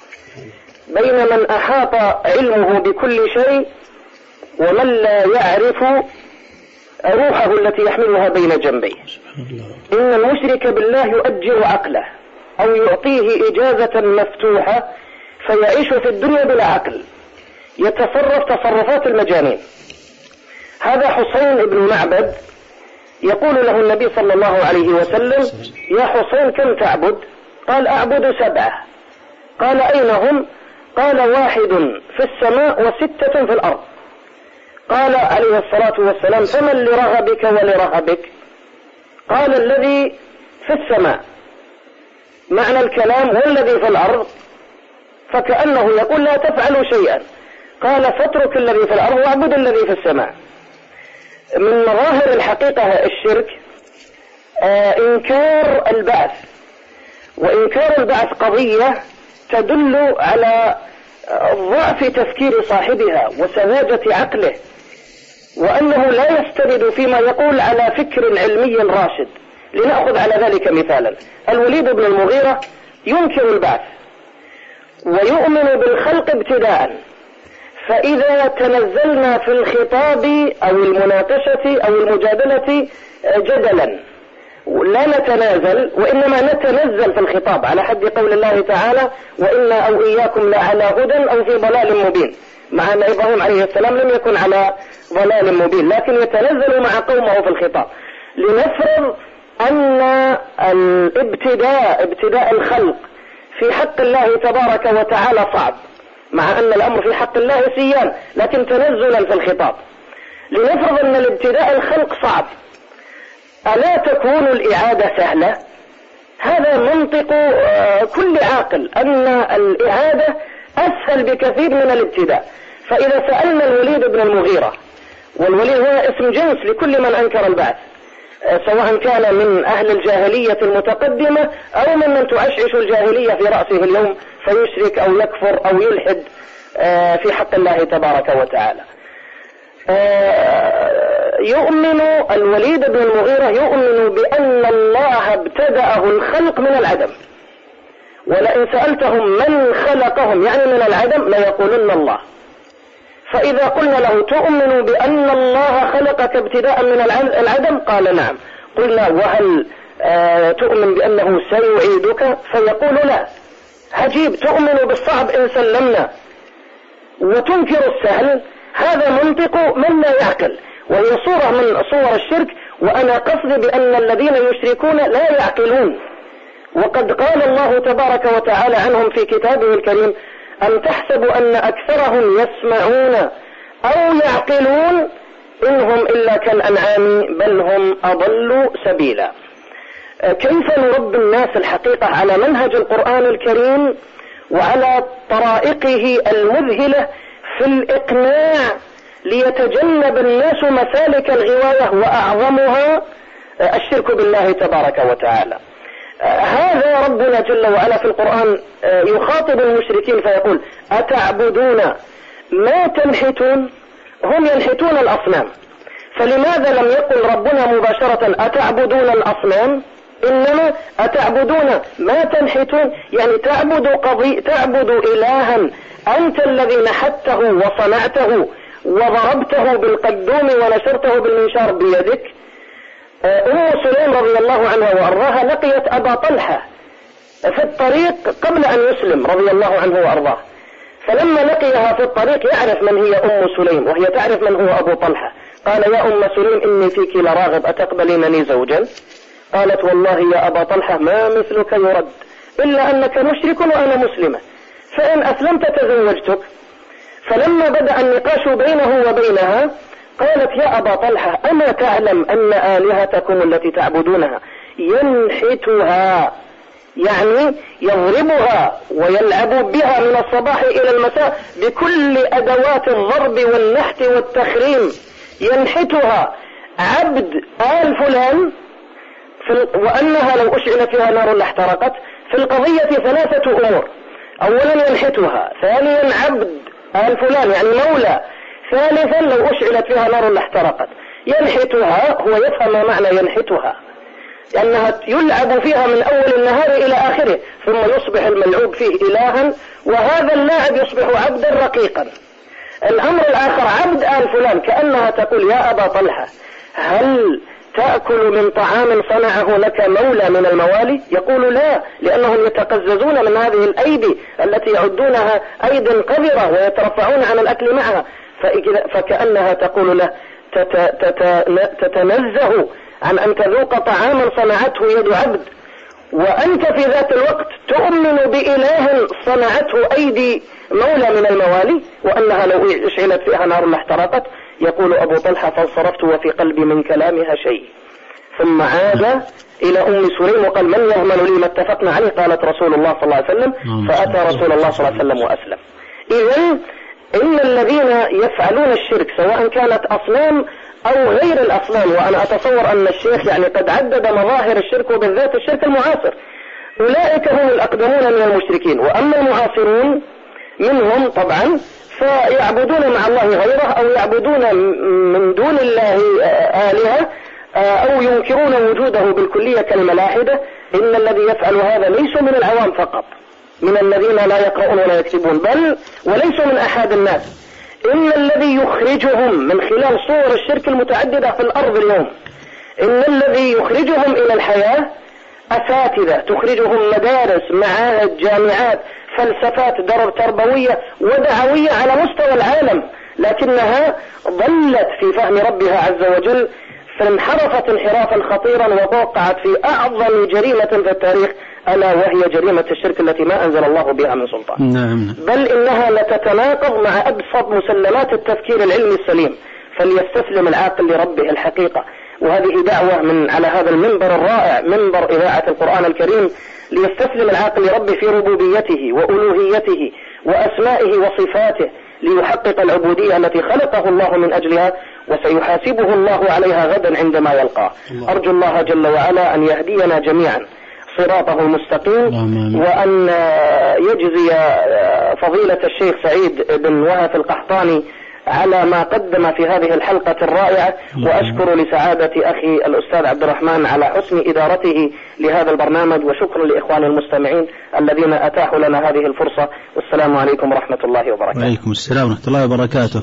بين من أحاط علمه بكل شيء ومن لا يعرف روحه التي يحملها بين جنبيه. إن المشرك بالله يؤجر عقله أو يعطيه إجازة مفتوحة فيعيش في الدنيا بلا عقل، يتصرف تصرفات المجانين. هذا حسين بن معبد يقول له النبي صلى الله عليه وسلم: يا حسين كم تعبد؟ قال: أعبد سبعة. قال: أين هم؟ قال: واحد في السماء وستة في الأرض. قال عليه الصلاة والسلام: فمن لرغبك ولرهبك؟ قال: الذي في السماء. معنى الكلام هو الذي في الأرض، فكأنه يقول: لا تفعلوا شيئا. قال: فاترك الذي في الأرض واعبد الذي في السماء. من مظاهر الحقيقة الشرك آه إنكار البعث، وإنكار البعث قضية تدل على ضعف تفكير صاحبها وسذاجة عقله، وأنه لا يستند فيما يقول على فكر علمي راشد. لنأخذ على ذلك مثالا: الوليد بن المغيرة ينكر البعث ويؤمن بالخلق ابتداء، فإذا تنزلنا في الخطاب أو المناقشة أو المجادلة جدلا لا نتنازل، وإنما نتنزل في الخطاب، على حد قول الله تعالى: وإنا أو إياكم لعلى هدى أو في ضلال مبين. مع أن إبراهيم عليه السلام لم يكن على ضلال مبين، لكن يتنزل مع قومه في الخطاب. لنفرض أن الابتداء ابتداء الخلق في حق الله تبارك وتعالى صعب، مع أن الأمر في حق الله سيان، لكن تنزلا في الخطاب. لنفرض أن الابتداء الخلق صعب، ألا تكون الإعادة سهلة؟ هذا منطق كل عاقل، أن الإعادة أسهل بكثير من الابتداء. فإذا سألنا الوليد بن المغيرة، والوليد هو اسم جنس لكل من أنكر البعث، سواء كان من أهل الجاهلية المتقدمة أو من من تعشعش الجاهلية في رأسه اليوم فيشرك أو يكفر أو يلحد في حق الله تبارك وتعالى. يؤمن الوليد بن المغيرة يؤمن بأن الله ابتدأه الخلق من العدم، ولئن سألتهم من خلقهم يعني من العدم ليقولن الله. فإذا قلنا له: تؤمن بأن الله خلقك ابتداء من العدم؟ قال: نعم. قلنا: وهل آه تؤمن بأنه سيعيدك؟ فيقول: لا. عجيب، تؤمن بالصعب إن سلمنا وتنكر السهل. هذا منطق من لا يعقل، وهي صورة من صور الشرك. وأنا قصدي بأن الذين يشركون لا يعقلون، وقد قال الله تبارك وتعالى عنهم في كتابه الكريم: أم تحسب أن أكثرهم يسمعون أو يعقلون إنهم إلا كالأنعام بل هم أضل سبيلا. كيف نربي الناس الحقيقة على منهج القرآن الكريم وعلى طرائقه المذهلة في الإقناع ليتجنب الناس مسالك الغواية وأعظمها الشرك بالله تبارك وتعالى. هذا ربنا جل وعلا في القرآن يخاطب المشركين فيقول: أتعبدون ما تنحتون؟ هم ينحتون الأصنام. فلماذا لم يقل ربنا مباشرة أتعبدون الأصنام؟ إنما أتعبدون ما تنحتون، يعني تعبد قضي تعبد إلها أنت الذي نحته وصنعته وضربته بالقدوم ونشرته بالمنشار بيدك. أم سليم رضي الله عنها وأرضاها لقيت أبا طلحة في الطريق قبل أن يسلم رضي الله عنه وأرضاه، فلما لقيها في الطريق يعرف من هي أم سليم وهي تعرف من هو أبو طلحة. قال: يا أم سليم إني فيك لراغب، أتقبلينني زوجا؟ قالت: والله يا أبا طلحة ما مثلك يرد إلا أنك مشرك وأنا مسلمة، فإن أسلمت تزوجتك. فلما بدأ النقاش بينه وبينها قالت: يا أبا طلحة أما تعلم أن آلهتكم التي تعبدونها ينحتها يعني يضربها ويلعب بها من الصباح إلى المساء بكل أدوات الضرب والنحت والتخريم، ينحتها عبد آل فلان، وأنها لو أشعل فيها نار لاحترقت. في القضية ثلاثة أمور: أولا ينحتها، ثانيا عبد آل فلان يعني مولى، ثالثا لو أشعلت فيها نار لاحترقت. ينحتها هو يفهم ما معنى ينحتها، لأنها يلعب فيها من أول النهار إلى آخره، ثم يصبح الملعوب فيه إلها، وهذا اللاعب يصبح عبدا رقيقا. الأمر الآخر عبد آل فلان، كأنها تقول يا أبا طلحة هل تأكل من طعام صنعه لك مولى من الموالي؟ يقول لا، لأنهم يتقززون من هذه الأيدي التي يعدونها أيدي قذرة ويترفعون عن الأكل معها، فكأنها تقول له تتنزه عن أن تذوق طعاما صنعته يد عبد، وأنت في ذات الوقت تؤمن بإله صنعته أيدي مولى من الموالي، وأنها لو اشعلت فيها نار لاحترقت. يقول أبو طلحة فانصرفت وفي قلبي من كلامها شيء، ثم عاد إلى أم سليم وقال من يضمن لي ما اتفقنا عليه؟ قالت رسول الله صلى الله عليه وسلم، فأتى رسول الله صلى الله عليه وسلم وأسلم. إذن إن الذين يفعلون الشرك سواء كانت أصنام أو غير الأصنام، وأنا أتصور أن الشيخ يعني قد عدد مظاهر الشرك وبالذات الشرك المعاصر، أولئك هم الأقدمون من المشركين. وأما المعاصرون منهم طبعا فيعبدون مع الله غيره، أو يعبدون من دون الله آلهة، أو ينكرون وجوده بالكلية كالملاحدة. إن الذي يفعل هذا ليسوا من العوام فقط، من الذين لا يقرؤون ولا يكتبون، بل وليسوا من أحد الناس. إن الذي يخرجهم من خلال صور الشرك المتعددة في الأرض اليوم، إن الذي يخرجهم إلى الحياة أساتذة، تخرجهم مدارس، معاهد، جامعات، فلسفات در تربوية ودعوية على مستوى العالم، لكنها ضلت في فهم ربها عز وجل، فانحرفت انحرافا خطيرا ووقعت في أعظم جريمة في التاريخ، ألا وهي جريمة الشرك التي ما أنزل الله بها من سلطان. نعم. بل إنها لتتناقض مع أبسط مسلمات التفكير العلمي السليم. فليستسلم العاقل لربه الحقيقة، وهذه دعوة من على هذا المنبر الرائع، منبر إذاعة القرآن الكريم، ليستسلم العاقل لربه في ربوبيته وألوهيته وأسمائه وصفاته، ليحقق العبودية التي خلقه الله من أجلها، وسيحاسبه الله عليها غدا عندما يلقاه. أرجو الله جل وعلا أن يهدينا جميعا صراطه المستقيم، وأن يجزي فضيلة الشيخ سعيد بن وهف القحطاني على ما قدم في هذه الحلقة الرائعة، وأشكر لسعادة أخي الأستاذ عبد الرحمن على حسن إدارته لهذا البرنامج، وشكر لإخوان المستمعين الذين أتاحوا لنا هذه الفرصة. والسلام عليكم ورحمة الله وبركاته. وعليكم السلام ورحمة الله وبركاته.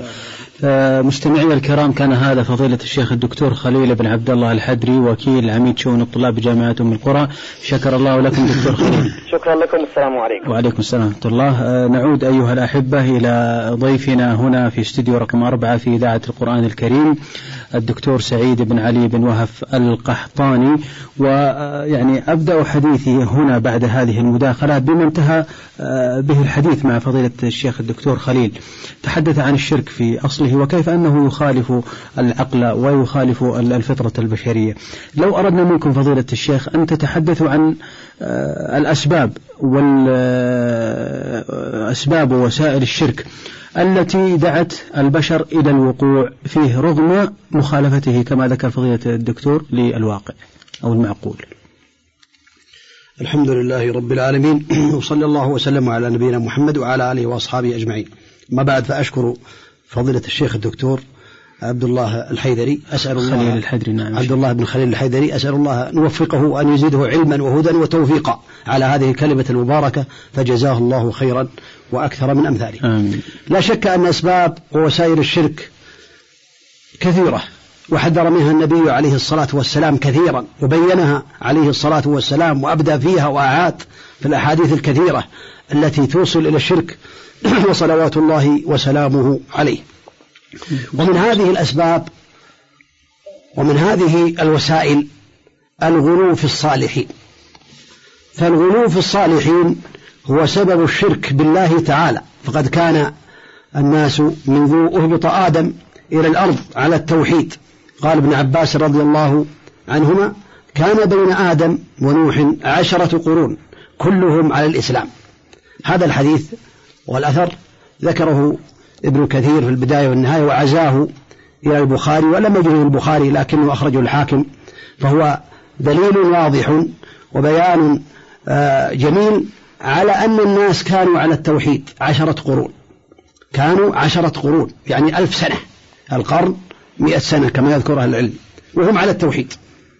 مستمعي الكرام، كان هذا فضيلة الشيخ الدكتور خليل بن عبد الله الحدري، وكيل عميد شؤون الطلاب بجامعة أم القرى. شكر الله لكم دكتور خليل. شكرا لكم، السلام عليكم. وعليكم السلام ورحمة الله. نعود أيها الأحبة إلى ضيفنا هنا في استوديو رقم أربعة في إذاعة القرآن الكريم، الدكتور سعيد بن علي بن وهف القحطاني. ويعني أبدأ حديثي هنا بعد هذه المداخلة بما انتهى به الحديث مع فضيلة الشيخ الدكتور خليل. تحدث عن الشرك في أصله وكيف أنه يخالف العقل ويخالف الفطرة البشرية. لو أردنا منكم فضيلة الشيخ أن تتحدثوا عن الأسباب والأسباب ووسائل الشرك التي دعت البشر إلى الوقوع فيه رغم مخالفته كما ذكر فضيلة الدكتور للواقع أو المعقول. الحمد لله رب العالمين، وصلى الله وسلم على نبينا محمد وعلى آله وأصحابه أجمعين. ما بعد، فأشكر فضيلة الشيخ الدكتور عبد الله الحيدري، أسأل الله خليل الحيدري نعم عبد الله بن خليل الحيدري، أسأل الله أن يوفقه وأن يزيده علما وهدى وتوفيقا على هذه الكلمة المباركة، فجزاه الله خيرا وأكثر من أمثاله. آمين. لا شك أن أسباب ووسائل الشرك كثيرة، وحذر منها النبي عليه الصلاة والسلام كثيرا، وبينها عليه الصلاة والسلام وأبدى فيها وأعاد في الأحاديث الكثيرة التي توصل إلى الشرك وصلوات الله وسلامه عليه. ومن هذه الأسباب ومن هذه الوسائل الغلو في الصالحين. فالغلو في الصالحين هو سبب الشرك بالله تعالى، فقد كان الناس منذ أهبط آدم إلى الأرض على التوحيد. قال ابن عباس رضي الله عنهما: كان بين آدم ونوح عشرة قرون، كلهم على الإسلام. هذا الحديث والأثر ذكره ابن كثير في البداية والنهاية وعزاه إلى البخاري، ولم يجره البخاري لكنه أخرجه الحاكم، فهو دليل واضح وبيان جميل على أن الناس كانوا على التوحيد عشرة قرون، كانوا عشرة قرون يعني ألف سنة، القرن مئة سنة كما يذكرها العلم، وهم على التوحيد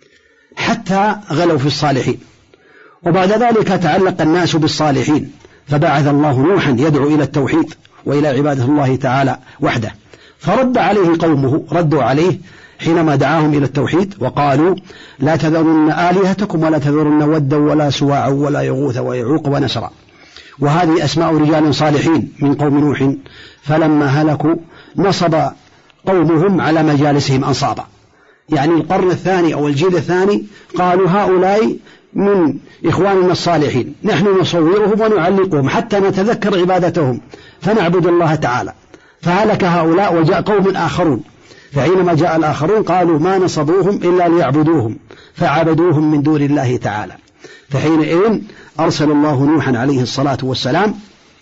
حتى غلوا في الصالحين. وبعد ذلك تعلق الناس بالصالحين، فبعث الله نوحا يدعو إلى التوحيد وإلى عبادة الله تعالى وحده، فرد عليه قومه، ردوا عليه حينما دعاهم إلى التوحيد وقالوا لا تذرن آلهتكم ولا تذرن ودا ولا سواعا ولا يغوث ويعوق ونسرا، وهذه أسماء رجال صالحين من قوم نوح، فلما هلكوا نصب قومهم على مجالسهم أنصابا، يعني القرن الثاني أو الجيل الثاني قالوا هؤلاء من إخواننا الصالحين، نحن نصورهم ونعلقهم حتى نتذكر عبادتهم فنعبد الله تعالى، فهلك هؤلاء وجاء قوم آخرون، فحينما جاء الآخرون قالوا ما نصبوهم إلا ليعبدوهم فعبدوهم من دون الله تعالى، فحينئذ أرسل الله نوحا عليه الصلاة والسلام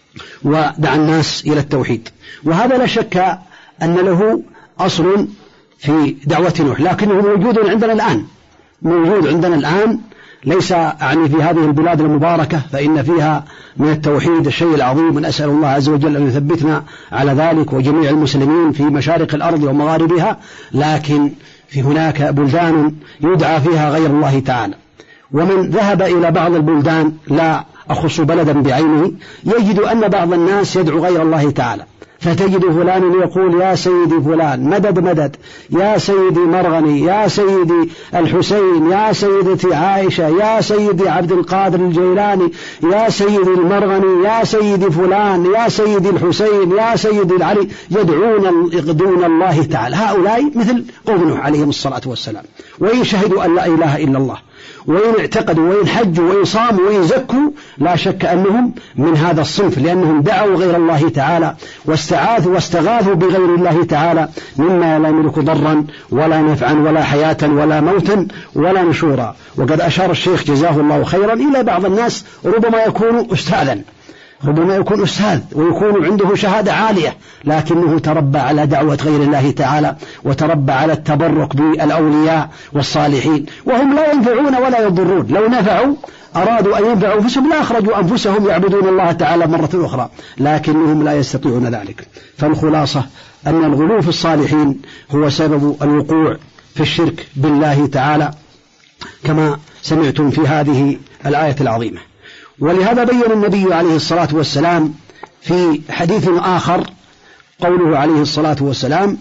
ودعا الناس إلى التوحيد. وهذا لا شك أن له أصل في دعوة نوح، لكنه موجود عندنا الآن، موجود عندنا الآن، ليس يعني في هذه البلاد المباركة فإن فيها من التوحيد الشيء العظيم، ونسأل الله عز وجل أن يثبتنا على ذلك وجميع المسلمين في مشارق الأرض ومغاربها، لكن في هناك بلدان يدعى فيها غير الله تعالى. ومن ذهب إلى بعض البلدان، لا أخص بلدا بعينه، يجد أن بعض الناس يدعو غير الله تعالى، فتجد فلان يقول يا سيدي فلان مدد مدد، يا سيدي مرغني، يا سيدي الحسين، يا سيدتي عائشة، يا سيدي عبد القادر الجيلاني، يا سيدي المرغني، يا سيدي فلان، يا سيدي الحسين، يا سيدي العلي، يدعون دون الله تعالى. هؤلاء مثل قوم نوح عليهم الصلاة والسلام، وإن شهدوا أن لا إله إلا الله، وإن اعتقدوا وإن حجوا وإن صاموا وإن زكوا، لا شك أنهم من هذا الصنف، لأنهم دعوا غير الله تعالى واستعاذوا واستغاثوا بغير الله تعالى مما لا يملك ضرا ولا نفعا ولا حياة ولا موتا ولا نشورا. وقد أشار الشيخ جزاه الله خيرا إلى بعض الناس ربما يكون أستاذا، ربما يكون أستاذ ويكون عنده شهادة عالية، لكنه تربى على دعوة غير الله تعالى وتربى على التبرك بالأولياء والصالحين، وهم لا ينفعون ولا يضرون، لو نفعوا أرادوا أن ينفعوا أنفسهم لا أخرجوا أنفسهم يعبدون الله تعالى مرة أخرى، لكنهم لا يستطيعون ذلك. فالخلاصة أن الغلو في الصالحين هو سبب الوقوع في الشرك بالله تعالى كما سمعتم في هذه الآية العظيمة. ولهذا بين النبي عليه الصلاة والسلام في حديث آخر قوله عليه الصلاة والسلام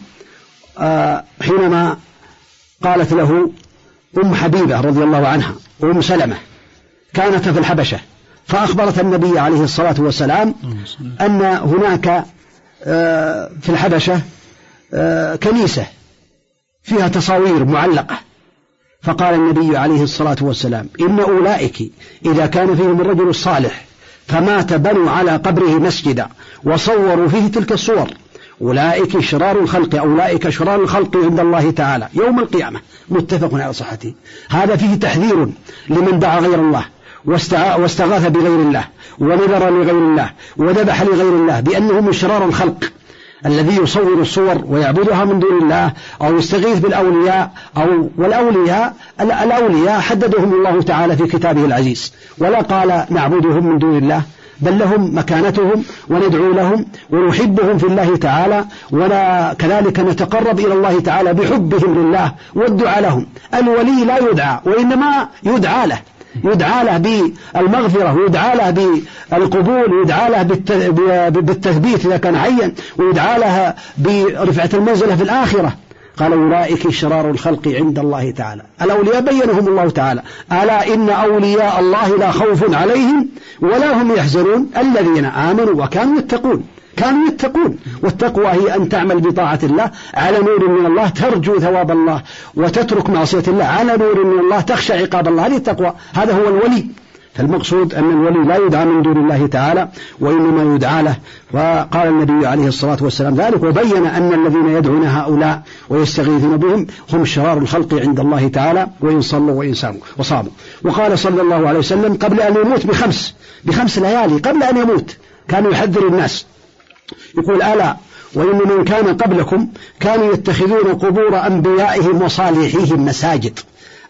آه حينما قالت له أم حبيبة رضي الله عنها وأم سلمة كانت في الحبشة، فأخبرت النبي عليه الصلاة والسلام أن هناك آه في الحبشة آه كنيسة فيها تصاوير معلقة، فقال النبي عليه الصلاة والسلام إن أولئك إذا كان فيهم الرجل الصالح فمات بنوا على قبره مسجدا وصوروا فيه تلك الصور، أولئك شرار الخلق، أولئك شرار الخلق عند الله تعالى يوم القيامة، متفق على صحته. هذا فيه تحذير لمن دعا غير الله واستغاث بغير الله ونذر لغير الله وذبح لغير الله بأنه من شرار الخلق، الذي يصور الصور ويعبدها من دون الله أو يستغيث بالأولياء أو والأولياء الأولياء حددهم الله تعالى في كتابه العزيز، ولا قال نعبدهم من دون الله، بل لهم مكانتهم وندعو لهم ونحبهم في الله تعالى، ولا كذلك نتقرب إلى الله تعالى بحبهم لله والدعاء لهم. الولي لا يدعى وإنما يدعى له، يدعى له بالمغفرة ويدعى له بالقبول ويدعى له بالتثبيت إذا كان حيا ويدعى له برفعة المنزلة في الآخرة. قال أولئك شرار الخلق عند الله تعالى. الأولياء بينهم الله تعالى ألا إن أولياء الله لا خوف عليهم ولا هم يحزنون الذين آمنوا وكانوا يتقون، كانوا يتقون. والتقوى هي أن تعمل بطاعة الله على نور من الله، ترجو ثواب الله وتترك معصية الله على نور من الله، تخشى عقاب الله، هذه التقوى، هذا هو الولي. فالمقصود أن الولي لا يدعى من دون الله تعالى وإنما يدعى له. وقال النبي عليه الصلاة والسلام ذلك، وبين أن الذين يدعون هؤلاء ويستغيثون بهم هم شرار الخلق عند الله تعالى وإن صلوا وإن وصاموا. وقال صلى الله عليه وسلم قبل أن يموت بخمس بخمس ليالي قبل أن يموت كان يحذر الناس، يقول ألا وإن من كان قبلكم كانوا يتخذون قبور أنبيائهم وصالحيهم مساجد،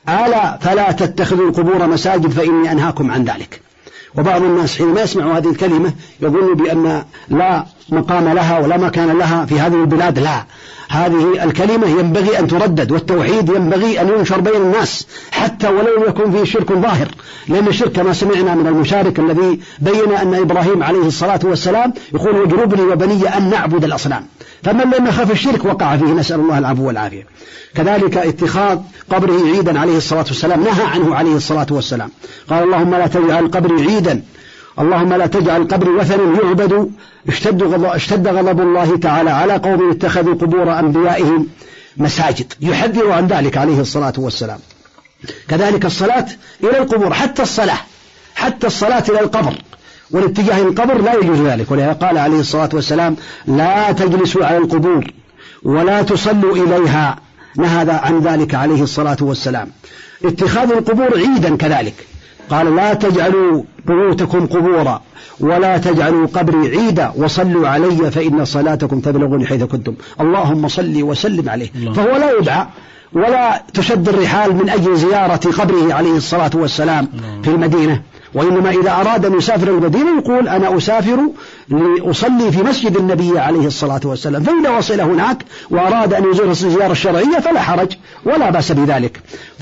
ألا فلا تتخذوا القبور مساجد فإني أنهاكم عن ذلك. وبعض الناس حينما يسمعوا هذه الكلمة يظن بأن لا مقام لها ولا مكان لها في هذه البلاد. لا، هذه الكلمة ينبغي أن تردد، والتوحيد ينبغي أن ينشر بين الناس حتى ولو يكن فيه شرك ظاهر، لأن الشرك كما سمعنا من المشارك الذي بين أن إبراهيم عليه الصلاة والسلام يقول واجنبني وبني أن نعبد الأصنام، فمن لم يخاف الشرك وقع فيه، نسأل الله العفو والعافية. كذلك اتخاذ قبره عيدا عليه الصلاة والسلام نهى عنه عليه الصلاة والسلام، قال اللهم لا تجعل قبري عيدا، اللهم لا تجعل قبري وثنا يعبد، اشتد غضب, اشتد غضب الله تعالى على قوم اتخذوا قبور أنبيائهم مساجد، يحذر عن ذلك عليه الصلاة والسلام. كذلك الصلاة إلى القبور، حتى الصلاة حتى الصلاة إلى القبر والاتجاه إلى القبر لا يجوز ذلك، ولهذا قال عليه الصلاة والسلام لا تجلسوا على القبور ولا تصلوا إليها، نهى عن ذلك عليه الصلاة والسلام. اتخاذ القبور عيدا كذلك، قال لا تجعلوا بيوتكم قبورا ولا تجعلوا قبري عيدا وصلوا علي فإن صلاتكم تبلغني حيث كنتم، اللهم صل وسلم عليه. فهو لا يدعى ولا تشد الرحال من أجل زيارة قبره عليه الصلاة والسلام في المدينة، وإنما إذا أراد أن يسافر المدينة يقول أنا أسافر لأصلي في مسجد النبي عليه الصلاة والسلام، فإذا وصل هناك وأراد أن يزور الزيارة الشرعية فلا حرج ولا بأس بذلك.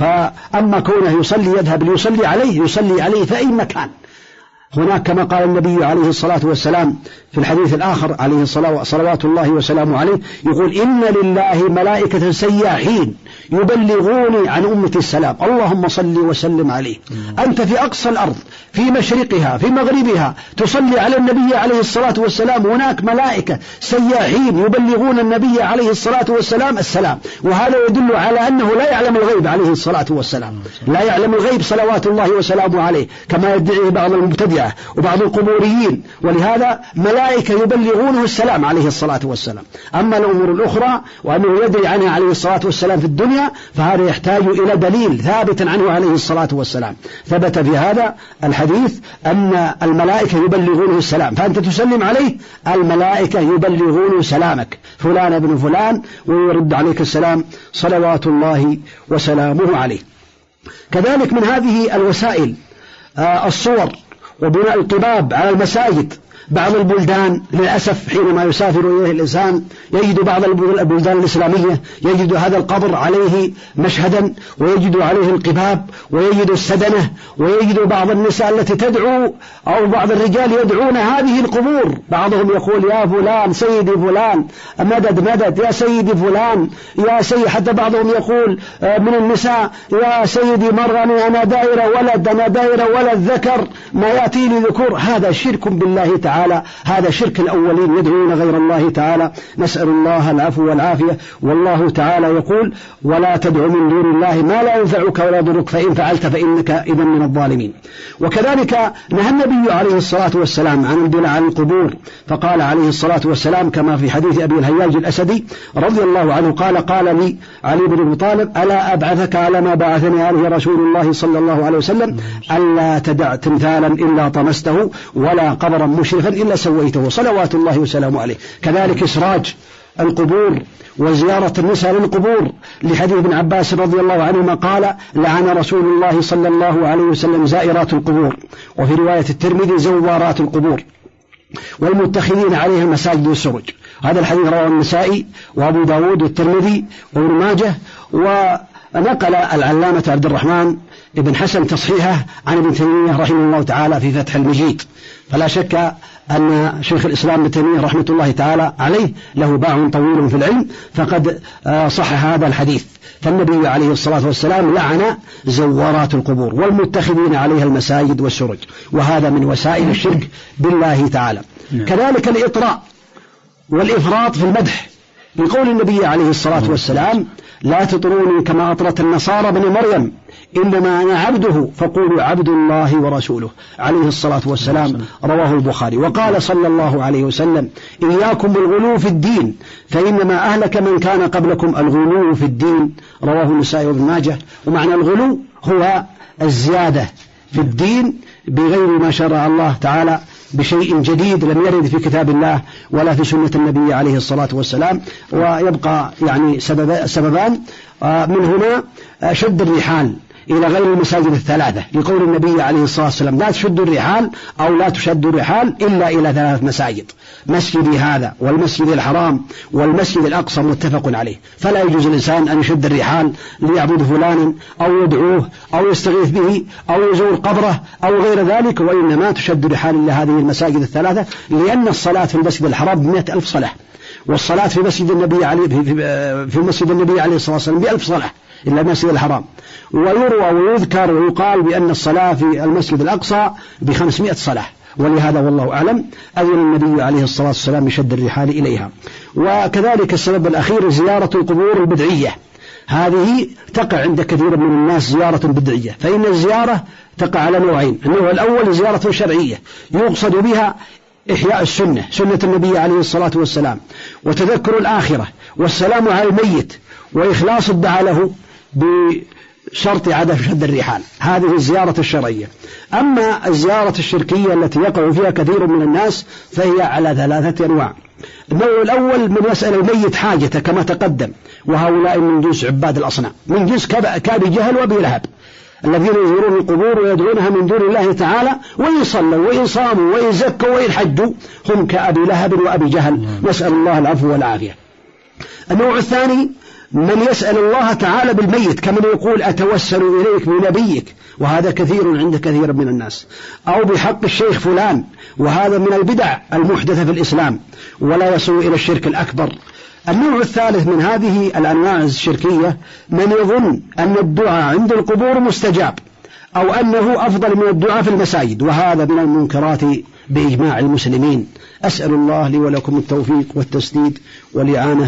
فأما كونه يصلي يذهب ليصلي عليه يصلي عليه في أي مكان هناك، كما قال النبي عليه الصلاة والسلام في الحديث الآخر عليه الصلاة صلوات الله وسلامه عليه، يقول إن لله ملائكة سياحين يبلغوني عن أمة السلام، اللهم صل وسلم عليه. أنت في أقصى الأرض في مشرقها في مغربها تصلي على النبي عليه الصلاة والسلام، هناك ملائكة سياحين يبلغون النبي عليه الصلاة والسلام السلام، وهذا يدل على أنه لا يعلم الغيب عليه الصلاة والسلام، لا يعلم الغيب صلوات الله وسلامه عليه كما يدعي بعض المبتدعة وبعض القبوريين، ولهذا ملائكة يبلغونه السلام عليه الصلاة والسلام. أما الأمور الأخرى وأنه يدري عنها عليه الصلاة والسلام في الدنيا فهذا يحتاج إلى دليل ثابت عنه عليه الصلاة والسلام. ثبت في هذا الحديث أن الملائكة يبلغونه السلام، فأنت تسلم عليه الملائكة يبلغون سلامك فلان ابن فلان ويرد عليك السلام صلوات الله وسلامه عليه. كذلك من هذه الوسائل الصور وبناء القباب على المساجد. بعض البلدان للأسف حينما يسافر إليه الإنسان يجد بعض البلدان الإسلامية يجد هذا القبر عليه مشهدا ويجد عليه القباب ويجد السدنة ويجد بعض النساء التي تدعو أو بعض الرجال يدعون هذه القبور، بعضهم يقول يا فلان سيدي فلان مدد مدد يا سيدي فلان يا سيدي، حتى بعضهم يقول من النساء يا سيدي مرني أنا دائرة ولد أنا دائرة ولد ذكر ما يأتيني ذكور. هذا شرك بالله تعالى، هذا شرك الأولين يدعون غير الله تعالى، نسأل الله العفو والعافية. والله تعالى يقول ولا تدع من دون الله ما لا ينفعك ولا يضرك فإن فعلت فإنك إذا من الظالمين. وكذلك نهى النبي عليه الصلاة والسلام عن البناء على القبور، فقال عليه الصلاة والسلام كما في حديث أبي الهياج الأسدي رضي الله عنه قال قال لي علي بن أبي طالب ألا أبعثك على ما بعثني عليه رسول الله صلى الله عليه وسلم ألا تدع تمثالا إلا طمسته ولا قبرا مشرفا إلا سويته صلوات الله وسلامه عليه. كذلك إسراج القبور وزيارة النساء للقبور، لحديث ابن عباس رضي الله عنهما قال لعن رسول الله صلى الله عليه وسلم زائرات القبور، وفي رواية الترمذي زوارات القبور والمتخذين عليها المساجد والسرج. هذا الحديث رواه النسائي وأبو داود والترمذي وابن ماجه. ونقل العلامة عبد الرحمن ابن حسن تصحيحه عن ابن تيمية رحمه الله تعالى في فتح المجيد. فلا شك أن شيخ الإسلام ابن تيمية رحمة الله تعالى عليه له باع طويل في العلم، فقد صحح هذا الحديث. فالنبي عليه الصلاة والسلام لعن زوارات القبور والمتخذين عليها المساجد والسرج، وهذا من وسائل الشرك بالله تعالى. كذلك الإطراء والإفراط في المدح، لقول النبي عليه الصلاة والسلام لا تطروني كما أطرت النصارى بن مريم إنما أنا عبده فقولوا عبد الله ورسوله عليه الصلاة والسلام. رواه البخاري. وقال صلى الله عليه وسلم إياكم بالغلو في الدين فإنما أهلك من كان قبلكم الغلو في الدين. رواه النسائي وابن ماجه. ومعنى الغلو هو الزيادة في الدين بغير ما شرع الله تعالى بشيء جديد لم يرد في كتاب الله ولا في سنة النبي عليه الصلاة والسلام. ويبقى يعني سبب سببان من هنا شد الرحال إلى غير المساجد الثلاثة لقول النبي عليه الصلاة والسلام لا تشد الرحال أو لا تشد الرحال إلا إلى ثلاث مساجد مسجدي هذا والمسجد الحرام والمسجد الأقصى متفق عليه. فلا يجوز الإنسان أن يشد الرحال ليعبد فلانا أو يدعوه أو يستغيث به أو يزور قبره أو غير ذلك، وإنما تشد الرحال إلى هذه المساجد الثلاثة لأن الصلاة في المسجد الحرام بمئة ألف صلاة والصلاة في مسجد النبي عليه في مسجد النبي عليه الصلاة والسلام بألف صلاة إلا المسجد الحرام. ويروى ويذكر ويقال بأن الصلاة في المسجد الأقصى بخمسمائة صلاة، ولهذا والله أعلم أذن النبي عليه الصلاة والسلام بشد الرحال إليها. وكذلك السبب الأخير زيارة القبور البدعية، هذه تقع عند كثير من الناس زيارة بدعية، فإن الزيارة تقع على نوعين. النوع الأول زيارة شرعية يقصد بها إحياء السنة سنة النبي عليه الصلاة والسلام وتذكر الآخرة والسلام على الميت وإخلاص الدعاء له بشرط عدم شد الرحال، هذه الزيارة الشرعية. أما الزيارة الشركية التي يقع فيها كثير من الناس فهي على ثلاثة أنواع. النوع الأول من يسأل الميت حاجته كما تقدم، وهؤلاء من جنس عباد الأصنام، من جنس كابي جهل وابي لهب الذين يزورون القبور ويدعونها من دون الله تعالى، وإن صلوا وإن صاموا وإن زكوا وإن حجوا هم كأبي لهب وأبي جهل، نسأل الله العفو والعافية. النوع الثاني من يسأل الله تعالى بالميت كمن يقول أتوسل إليك بنبيك، وهذا كثير عند كثير من الناس، أو بحق الشيخ فلان، وهذا من البدع المحدثة في الإسلام ولا يصل إلى الشرك الأكبر. النوع الثالث من هذه الأنواع الشركية من يظن أن الدعاء عند القبور مستجاب أو أنه أفضل من الدعاء في المساجد، وهذا من المنكرات بإجماع المسلمين. أسأل الله لي ولكم التوفيق والتسديد والإعانة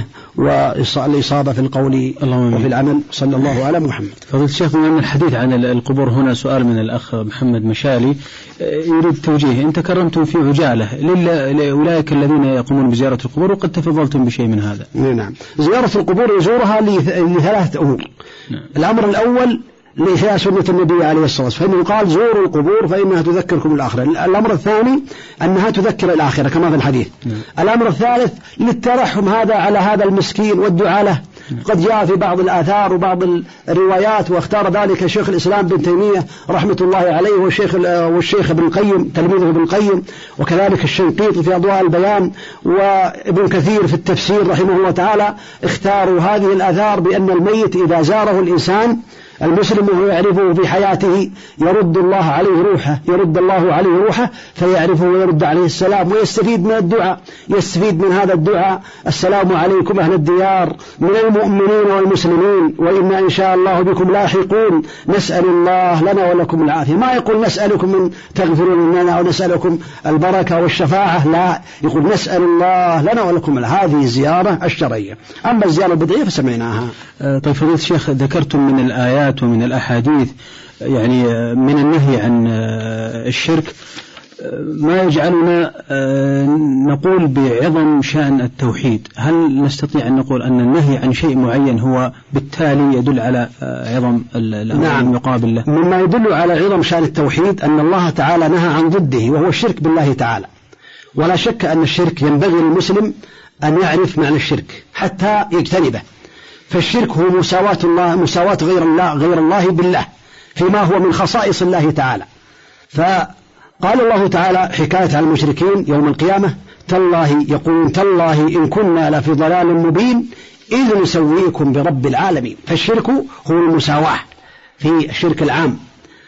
والإصابة في القول وفي العمل. صلى الله على محمد. فضيلة الشيخ، من الحديث عن القبور هنا سؤال من الأخ محمد مشالي يريد توجيه. أنت كرمتم في عجالة لأولئك الذين يقومون بزيارة القبور وقد تفضلتم بشيء من هذا. نعم، زيارة القبور يزورها لثلاثة أمور. نعم. الأمر الأول لإحياء سنة النبي عليه الصلاة والسلام، فإنه قال زوروا القبور فإنها تذكركم الآخرة. الأمر الثاني أنها تذكر الآخرة كما في الحديث. نعم. الأمر الثالث للترحم هذا على هذا المسكين والدعاء له. نعم. قد جاء في بعض الآثار وبعض الروايات، واختار ذلك شيخ الإسلام ابن تيمية رحمة الله عليه والشيخ والشيخ ابن القيم تلميذه ابن القيم، وكذلك الشنقيطي في أضواء البيان، وابن كثير في التفسير رحمه الله تعالى، اختاروا هذه الآثار بأن الميت إذا زاره الإنسان المسلم وهو يعرفه في حياته يرد الله عليه روحه يرد الله عليه روحه فيعرفه ويرد عليه السلام ويستفيد من الدعاء يستفيد من هذا الدعاء: السلام عليكم أهل الديار من المؤمنين والمسلمين وإنا إن شاء الله بكم لاحقون، نسأل الله لنا ولكم العافية. ما يقول نسألكم من تغفرون لنا ونسألكم البركة والشفاعة، لا، يقول نسأل الله لنا ولكم العافية. هذه الزيارة الشرعية. أما الزيارة البدعية فسمعناها. طيب فضيلة الشيخ، ذكرتم من الآيات ومن الأحاديث يعني من النهي عن الشرك ما يجعلنا نقول بعظم شأن التوحيد. هل نستطيع أن نقول أن النهي عن شيء معين هو بالتالي يدل على عظم الأمر المقابل له؟ مما يدل على عظم شأن التوحيد أن الله تعالى نهى عن ضده وهو الشرك بالله تعالى. ولا شك أن الشرك ينبغي للمسلم أن يعرف معنى الشرك حتى يجتنبه. فالشرك هو مساواة الله مساواة غير الله غير الله بالله فيما هو من خصائص الله تعالى. فقال الله تعالى حكاية عن المشركين يوم القيامة: تالله يقولون تالله إن كنا لفي ضلال مبين إذ نسويكم برب العالمين. فالشرك هو المساواة في الشرك العام.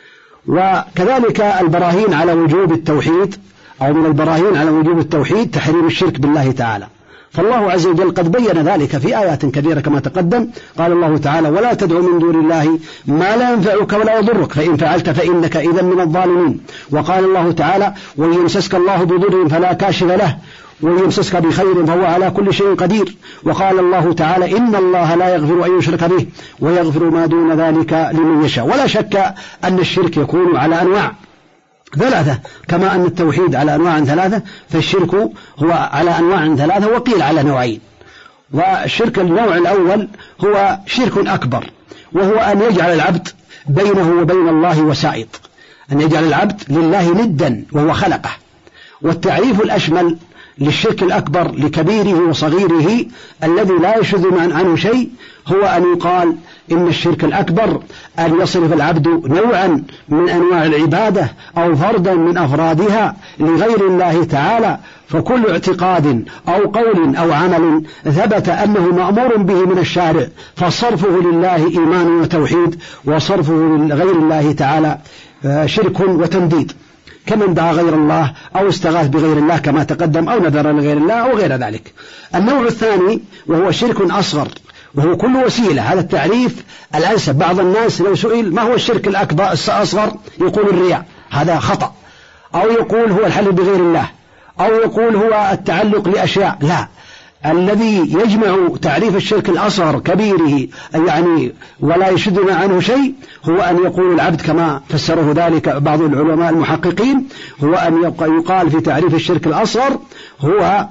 وكذلك البراهين على وجوب التوحيد أو من البراهين على وجوب التوحيد تحريم الشرك بالله تعالى. فالله عز وجل قد بين ذلك في آيات كثيرة كما تقدم. قال الله تعالى: ولا تدعو من دون الله ما لا ينفعك ولا يضرك فإن فعلت فإنك إذا من الظالمين. وقال الله تعالى: وإن يمسسك الله بضر فلا كاشف له ويمسسك بخير فهو على كل شيء قدير. وقال الله تعالى إن الله لا يغفر أن يشرك به ويغفر ما دون ذلك لمن يشاء. ولا شك أن الشرك يكون على أنواع ثلاثة كما أن التوحيد على أنواع ثلاثة، فالشرك هو على أنواع ثلاثة وقيل على نوعين. والشرك النوع الأول هو شرك أكبر، وهو أن يجعل العبد بينه وبين الله وسائط، أن يجعل العبد لله ندا وهو خلقه. والتعريف الأشمل للشرك الأكبر لكبيره وصغيره الذي لا يشذ عنه شيء هو أن يقال إن الشرك الأكبر أن يصرف العبد نوعا من أنواع العبادة أو فردا من أفرادها لغير الله تعالى. فكل اعتقاد أو قول أو عمل ثبت أنه مأمور به من الشارع فصرفه لله إيمان وتوحيد، وصرفه لغير الله تعالى شرك وتنديد، كمن دعا غير الله أو استغاث بغير الله كما تقدم أو نذر لغير الله أو غير ذلك. النوع الثاني وهو شرك أصغر، وهو كل وسيلة. هذا التعريف الأنسب. بعض الناس لو سئل ما هو الشرك الأكبر الأصغر يقول الرياء، هذا خطأ، أو يقول هو الحلف بغير الله، أو يقول هو التعلق لأشياء. لا، الذي يجمع تعريف الشرك الأصغر كبيره يعني ولا يشدنا عنه شيء هو أن يقول العبد كما فسره ذلك بعض العلماء المحققين، هو أن يقال في تعريف الشرك الأصغر هو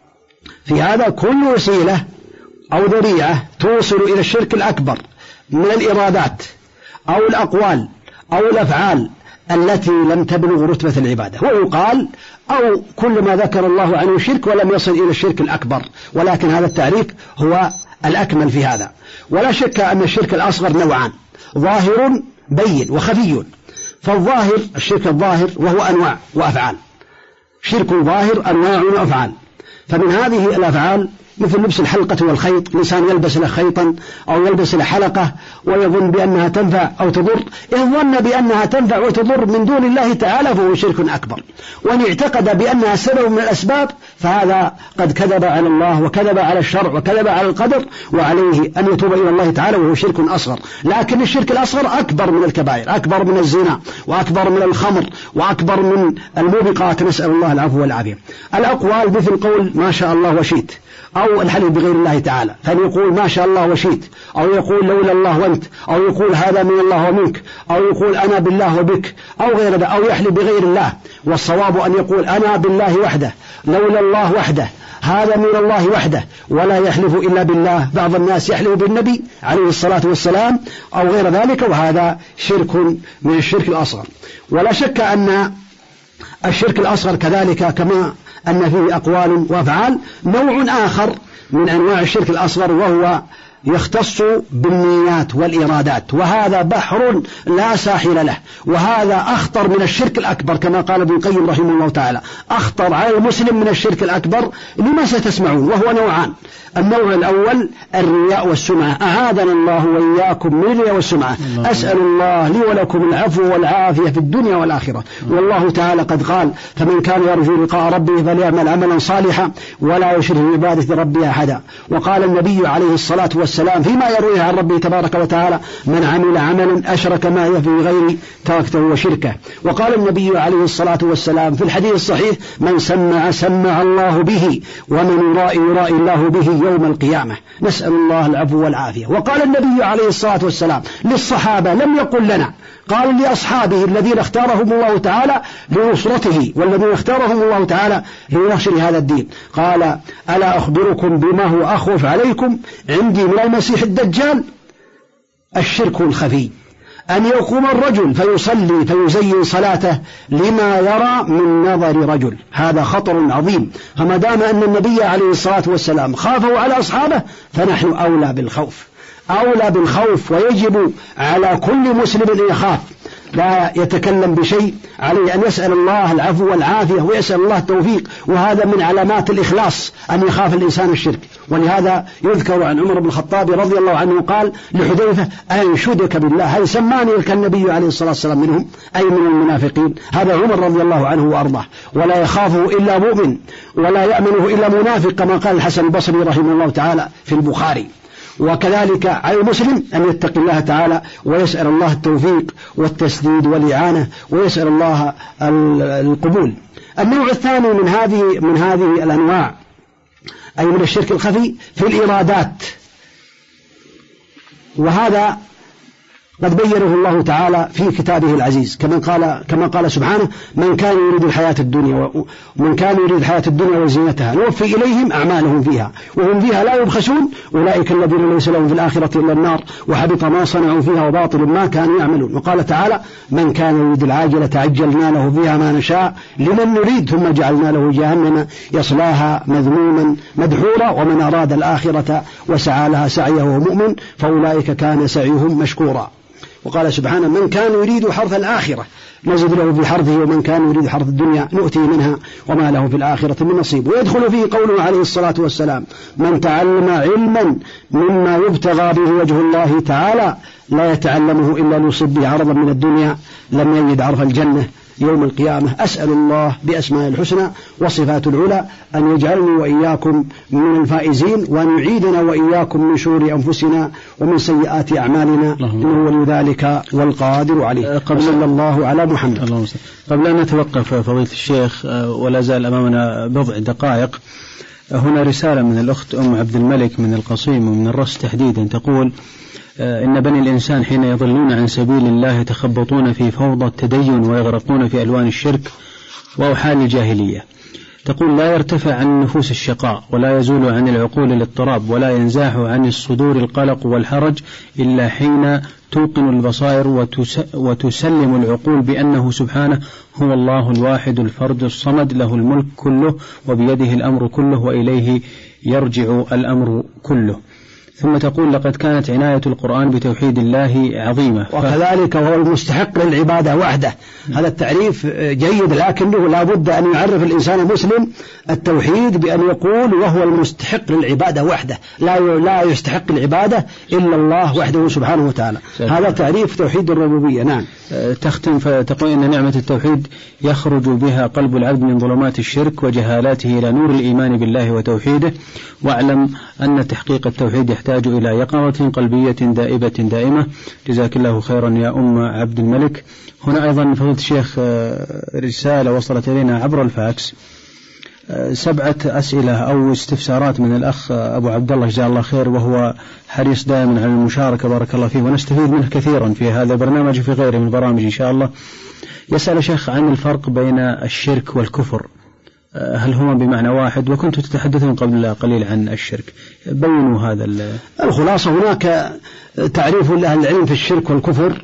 في هذا كل وسيلة أو ذريعة توصل إلى الشرك الأكبر من الإرادات أو الأقوال أو الأفعال التي لم تبلغ رتبة العبادة. ويقال أو كل ما ذكر الله عنه شرك ولم يصل إلى الشرك الأكبر، ولكن هذا التعريف هو الأكمل في هذا. ولا شك أن الشرك الأصغر نوعان، ظاهر بين وخفي. فالظاهر الشرك الظاهر وهو أنواع وأفعال، شرك ظاهر أنواع وأفعال. فمن هذه الأفعال مثل لبس الحلقة والخيط، الإنسان يلبس له خيطا أو يلبس له حلقة ويظن بأنها تنفع أو تضر، إن ظن بأنها تنفع وتضر من دون الله تعالى فهو شرك أكبر. وإن اعتقد بأنها سبب من الأسباب فهذا قد كذب على الله وكذب على الشرع وكذب على القدر، وعليه أن يتوب إلى الله تعالى وهو شرك أصغر. لكن الشرك الأصغر أكبر من الكبائر، أكبر من الزنا وأكبر من الخمر وأكبر من الموبقات، نسأل الله العفو والعافية. الأقوال مثل قول ما شاء الله وشئت، أو الحلف بغير الله تعالى، فأن يقول ما شاء الله وشئت، أو يقول لولا الله وأنت، أو يقول هذا من الله ومنك، أو يقول أنا بالله وبك، أو غير ذلك، أو يحلف بغير الله. والصواب أن يقول أنا بالله وحده، لولا الله وحده، هذا من الله وحده، ولا يحلف إلا بالله. بعض الناس يحلف بالنبي عليه الصلاة والسلام أو غير ذلك، وهذا شرك من الشرك الأصغر. ولا شك أن الشرك الأصغر كذلك كما أن فيه أقوال وأفعال نوع آخر من أنواع الشرك الأصغر، وهو يختص بالنيات والإرادات، وهذا بحر لا ساحل له، وهذا أخطر من الشرك الأكبر كما قال ابن القيم رحمه الله تعالى، أخطر على المسلم من الشرك الأكبر لما ستسمعون، وهو نوعان. النوع الأول الرياء والسمعة، أعاذنا الله وإياكم من الرياء والسمعة. أسأل الله لي ولكم العفو والعافية في الدنيا والآخرة. والله تعالى قد قال فمن كان يرجو لقاء ربه فليعمل عملا صالحا ولا يشرك بعبادة ربه أحدا. وقال النبي عليه الصلاة والسلام فيما يرويه عن ربه تبارك وتعالى من عمل عملا أشرك معي في غيري تركته وشركه. وقال النبي عليه الصلاة والسلام في الحديث الصحيح من سمع سمع الله به ومن يرائي يرائي الله به يوم القيامة. نسأل الله العفو والعافية. وقال النبي عليه الصلاة والسلام للصحابة لم يقل لنا، قال لأصحابه الذين اختارهم الله تعالى لنصرته والذين اختارهم الله تعالى لنشر هذا الدين، قال ألا أخبركم بما هو أخوف عليكم عندي من المسيح الدجال؟ الشرك الخفي، أن يقوم الرجل فيصلي فيزين صلاته لما يرى من نظر رجل، هذا خطر عظيم. فما دام أن النبي عليه الصلاة والسلام خافوا على أصحابه فنحن أولى بالخوف، أولى بالخوف. ويجب على كل مسلم أن يخاف، لا يتكلم بشيء عليه أن يسأل الله العفو والعافية ويسأل الله التوفيق، وهذا من علامات الإخلاص أن يخاف الإنسان الشرك. ولهذا يذكر عن عمر بن الخطاب رضي الله عنه قال لحذيفة أنشدك بالله هل سماني كالنبي عليه الصلاة والسلام منهم أي من المنافقين؟ هذا عمر رضي الله عنه وأرضاه. ولا يخافه إلا مؤمن ولا يأمنه إلا منافق كما قال الحسن البصري رحمه الله تعالى في البخاري. وكذلك على المسلم أن يتقي الله تعالى ويسأل الله التوفيق والتسديد والإعانة ويسأل الله القبول. النوع الثاني من هذه من هذه الأنواع أي من الشرك الخفي في الإرادات، وهذا قد بينه الله تعالى في كتابه العزيز كما قال كما قال سبحانه: من كان يريد الحياة الدنيا ومن كان يريد الحياة الدنيا وزينتها نوفي إليهم أعمالهم فيها وهم فيها لا يبخسون أولئك الذين ليس لهم في الآخرة إلا النار وحبط ما صنعوا فيها وباطل ما كانوا يعملون. وقال تعالى: من كان يريد العاجلة عجلنا له فيها ما نشاء لمن نريد ثم جعلنا له جهنم يصلاها مذموما مدحورا ومن أراد الآخرة وسعى لها سعيه وهو مؤمن فأولئك كان سعيهم مشكورا. وقال سبحانه: من كان يريد حرث الآخرة نزد له في حرثه ومن كان يريد حرث الدنيا نؤتيه منها وما له في الآخرة من نصيب. ويدخل فيه قوله عليه الصلاة والسلام: من تعلم علما مما يبتغى به وجه الله تعالى لا يتعلمه إلا ليصب به عرضا من الدنيا لم يجد عرف الجنة يوم القيامة. أسأل الله بأسماء الحسنى وصفات العلى أن يجعلني وإياكم من الفائزين وأن يعيدنا وإياكم من شرور أنفسنا ومن سيئات أعمالنا إنه ولي ذلك والقادر عليه. صلى الله على محمد. اللهم صل. قبل أن نتوقف فضيلة الشيخ ولا زال أمامنا بضع دقائق، هنا رسالة من الأخت أم عبد الملك من القصيم ومن الرس تحديدا تقول: إن بني الإنسان حين يضلون عن سبيل الله يتخبطون في فوضى التدين ويغرقون في ألوان الشرك وأوحال الجاهلية. تقول: لا يرتفع عن النفوس الشقاء ولا يزول عن العقول الاضطراب ولا ينزاح عن الصدور القلق والحرج إلا حين توقن البصائر وتسلم العقول بأنه سبحانه هو الله الواحد الفرد الصمد له الملك كله وبيده الأمر كله وإليه يرجع الأمر كله. ثم تقول: لقد كانت عناية القرآن بتوحيد الله عظيمة وكذلك هو المستحق للعبادة وحده. هذا التعريف جيد، لكنه لا بد أن يعرف الإنسان المسلم التوحيد بأن يقول وهو المستحق للعبادة وحده، لا لا يستحق العبادة إلا الله وحده سبحانه وتعالى. هذا تعريف توحيد الربوبية. نعم. تختم فتقول: إن نعمة التوحيد يخرج بها قلب العبد من ظلمات الشرك وجهالاته إلى نور الإيمان بالله وتوحيده، واعلم أن تحقيق التوحيد يحتاج إلى يقظة قلبية دائبة دائمة. جزاك الله خيرا يا أم عبد الملك. هنا أيضا فضيلة الشيخ رسالة وصلت إلينا عبر الفاكس، سبعة أسئلة أو استفسارات من الأخ أبو عبد الله جزاه الله خير، وهو حريص دائما على المشاركة بارك الله فيه ونستفيد منه كثيرا في هذا البرنامج وفي غيره من البرامج إن شاء الله. يسأل شيخ عن الفرق بين الشرك والكفر، هل هما بمعنى واحد؟ وكنت تتحدثون قبل قليل عن الشرك، بينوا هذا. الخلاصة هناك تعريف لأهل العلم في الشرك والكفر،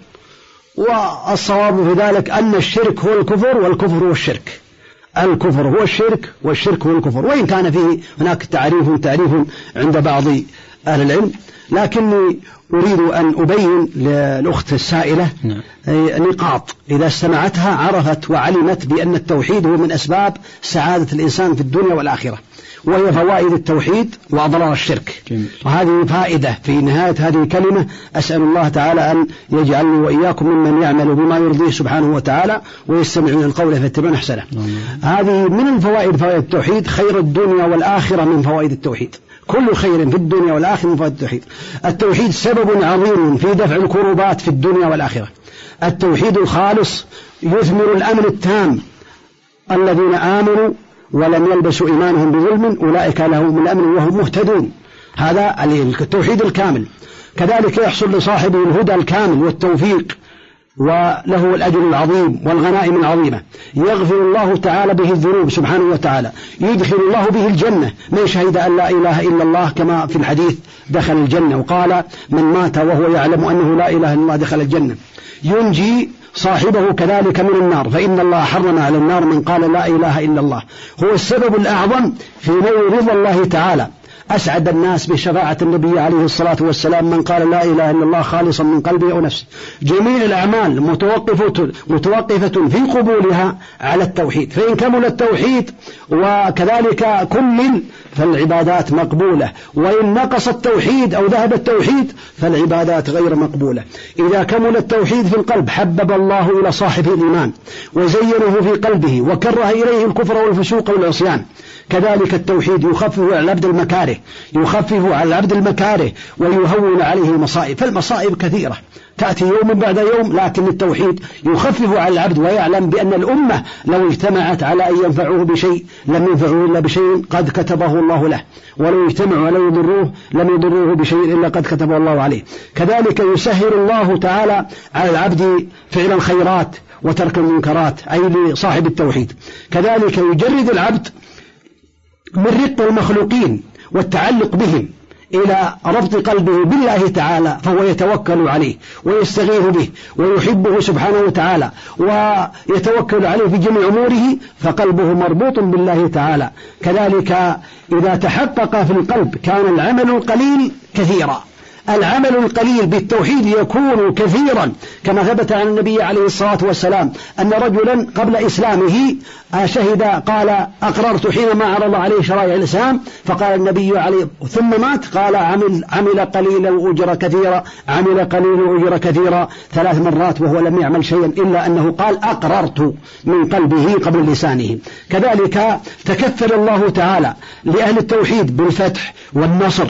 والصواب في ذلك أن الشرك هو الكفر والكفر هو الشرك. الكفر هو الشرك والشرك هو الكفر، وإن كان فيه هناك تعريف تعريف عند بعض أهل العلم، لكني أريد أن أبين للأخت السائلة نقاط إذا استمعتها عرفت وعلمت بأن التوحيد هو من أسباب سعادة الإنسان في الدنيا والآخرة، وهي فوائد التوحيد وأضرار الشرك. وهذه فائدة في نهاية هذه الكلمة. أسأل الله تعالى أن يجعلني وإياكم ممن يعمل بما يرضيه سبحانه وتعالى ويستمعون القول فيتبعون أحسنه. هذه من الفوائد، فوائد التوحيد. خير الدنيا والآخرة من فوائد التوحيد، كل خير في الدنيا والآخرة من فوائد التوحيد. التوحيد سبب عظيم في دفع الكروبات في الدنيا والآخرة. التوحيد الخالص يثمر الأمن التام. الذين آمنوا ولم يلبسوا إيمانهم بظلم أولئك لهم الأمن وهم مهتدون. هذا التوحيد الكامل. كذلك يحصل لصاحبه الهدى الكامل والتوفيق وله الأجر العظيم والغنائم العظيمة. يغفر الله تعالى به الذنوب سبحانه وتعالى، يدخل الله به الجنة. من شهد أن لا إله إلا الله كما في الحديث دخل الجنة، وقال من مات وهو يعلم أنه لا إله إلا الله دخل الجنة. ينجي صاحبه كذلك من النار، فإن الله حرم على النار من قال لا إله إلا الله. هو السبب الأعظم في نيل رضا الله تعالى. أسعد الناس بشفاعة النبي عليه الصلاة والسلام من قال لا إله إلا الله خالصا من قلبه أو نفسه. جميع الأعمال متوقفة, متوقفة في قبولها على التوحيد، فإن كمل التوحيد وكذلك كمل فالعبادات مقبولة، وإن نقص التوحيد أو ذهب التوحيد فالعبادات غير مقبولة. إذا كمل التوحيد في القلب حبب الله إلى صاحبه الإيمان وزينه في قلبه وكره إليه الكفر والفسوق والعصيان. كذلك التوحيد يخفف على العبد المكاره يخفف على العبد المكاره ويهون عليه المصائب. فالمصائب كثيرة تأتي يوم بعد يوم، لكن التوحيد يخفف على العبد ويعلم بأن الأمة لو اجتمعت على أن ينفعوه بشيء لم ينفعوه إلا بشيء قد كتبه الله له، ولو اجتمعوا على يضروه لم يضروه بشيء إلا قد كتبه الله عليه. كذلك يسهل الله تعالى على العبد فعل الخيرات وترك المنكرات، أي لصاحب التوحيد. كذلك يجرد العبد من رق المخلوقين والتعلق بهم إلى ربط قلبه بالله تعالى، فهو يتوكل عليه ويستغيث به ويحبه سبحانه وتعالى ويتوكل عليه في جميع أموره، فقلبه مربوط بالله تعالى. كذلك إذا تحقق في القلب كان العمل القليل كثيرا. العمل القليل بالتوحيد يكون كثيرا، كما ثبت عن النبي عليه الصلاة والسلام أن رجلا قبل إسلامه شهد قال أقررت حينما عرض عليه شرائع الإسلام، فقال النبي عليه ثم مات قال عمل, عمل قليلا وأجر كثيرا، عمل قليلا وأجر كثيرا ثلاث مرات وهو لم يعمل شيئا إلا أنه قال أقررت من قلبه قبل لسانه. كذلك تكفل الله تعالى لأهل التوحيد بالفتح والنصر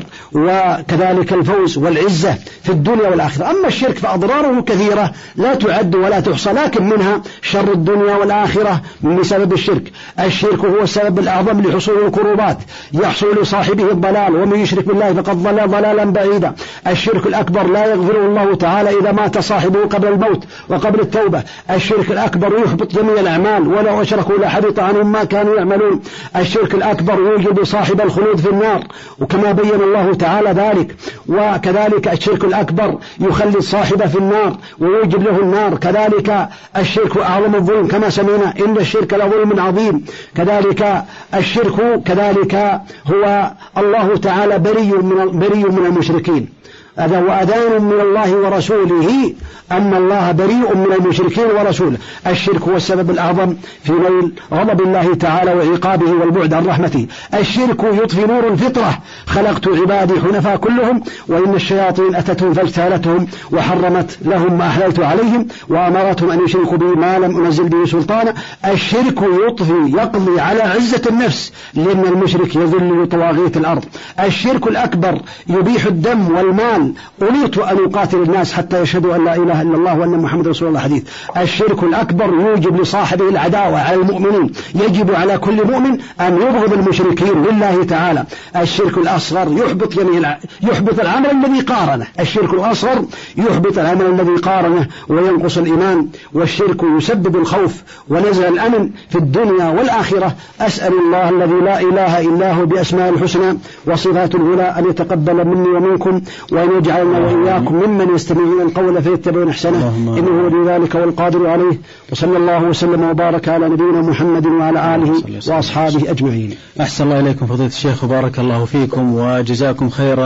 وكذلك الفوز والعزة في الدنيا والآخرة. أما الشرك فأضراره كثيرة لا تعد ولا تحصى، لكن منها شر الدنيا والآخرة من سبب الشرك. الشرك هو السبب الأعظم لحصول الكروبات، يحصل لصاحبه الضلال، ومن يشرك بالله فقد ضل ضلالا بعيدا. الشرك الأكبر لا يغفره الله تعالى إذا مات صاحبه قبل الموت وقبل التوبة. الشرك الأكبر يحبط جميع الأعمال، ولو أشركوا لحبط عنهم ما كانوا يعملون. الشرك الأكبر يوجب صاحب الخلود في النار، وكما بين الله تعالى ذلك. وكذلك الشرك الأكبر يخلد صاحبه في النار ويوجب له النار. كذلك الشرك أعظم الظلم كما سمعنا، إن الشرك لظلم عظيم. كذلك الشرك كذلك هو الله تعالى بريء من بريء من المشركين. هذا وأذان من الله ورسوله أن الله بريء من المشركين ورسوله. الشرك هو السبب الأعظم في نيل غضب الله تعالى وعقابه والبعد عن رحمته. الشرك يطفي نور الفطرة، خلقت عبادي حنفاء كلهم، وإن الشياطين أتتهم فاجتالتهم وحرمت لهم ما أحللت عليهم وأمرتهم أن يشركوا به ما لم أنزل به سلطانا. الشرك يطفي يقضي على عزة النفس، لأن المشرك يذل طواغيت الأرض. الشرك الأكبر يبيح الدم والمال. أمرت أن أقاتل الناس حتى يشهدوا أن لا إله إلا الله وأن محمد رسول الله حديث. الشرك الأكبر يوجب لصاحبه العداوة على المؤمنين، يجب على كل مؤمن أن يبغض المشركين لله تعالى. الشرك الأصغر يحبط جميع يحبط العمل الذي قارنه. الشرك الأصغر يحبط العمل الذي قارنه وينقص الإيمان. والشرك يسبب الخوف ونزع الأمن في الدنيا والآخرة. أسأل الله الذي لا إله إلا هو بأسماء الحسنى وصفات العلى أن يتقبل مني ومنكم، وأن يجعلنا وإياكم ممن يستمعون القول فيتبعون أحسنه، إنه ولي ذلك والقادر عليه. وصلى الله وسلم وبارك على نبينا محمد وعلى آله وأصحابه أجمعين. أحسن الله إليكم فضيلة الشيخ وبارك الله فيكم وجزاكم خيرا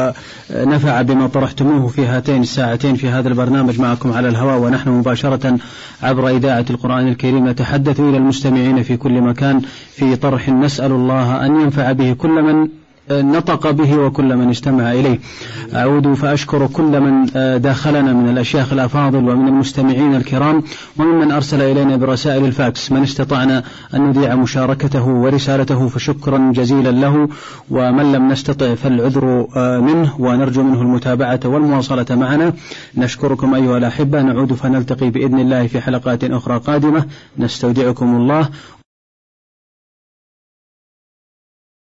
ونفع بما طرحتموه في هاتين الساعتين في هذا البرنامج معكم على الهواء، ونحن مباشرة عبر إذاعة القرآن الكريم نتحدث إلى المستمعين في كل مكان في طرح نسأل الله أن ينفع به كل من نطق به وكل من استمع إليه. أعود فأشكر كل من داخلنا من الأشياخ الأفاضل ومن المستمعين الكرام وممن أرسل إلينا برسائل الفاكس. من استطعنا أن نذيع مشاركته ورسالته فشكرا جزيلا له، ومن لم نستطع فالعذر منه ونرجو منه المتابعة والمواصلة معنا. نشكركم أيها الأحبة، نعود فنلتقي بإذن الله في حلقات أخرى قادمة. نستودعكم الله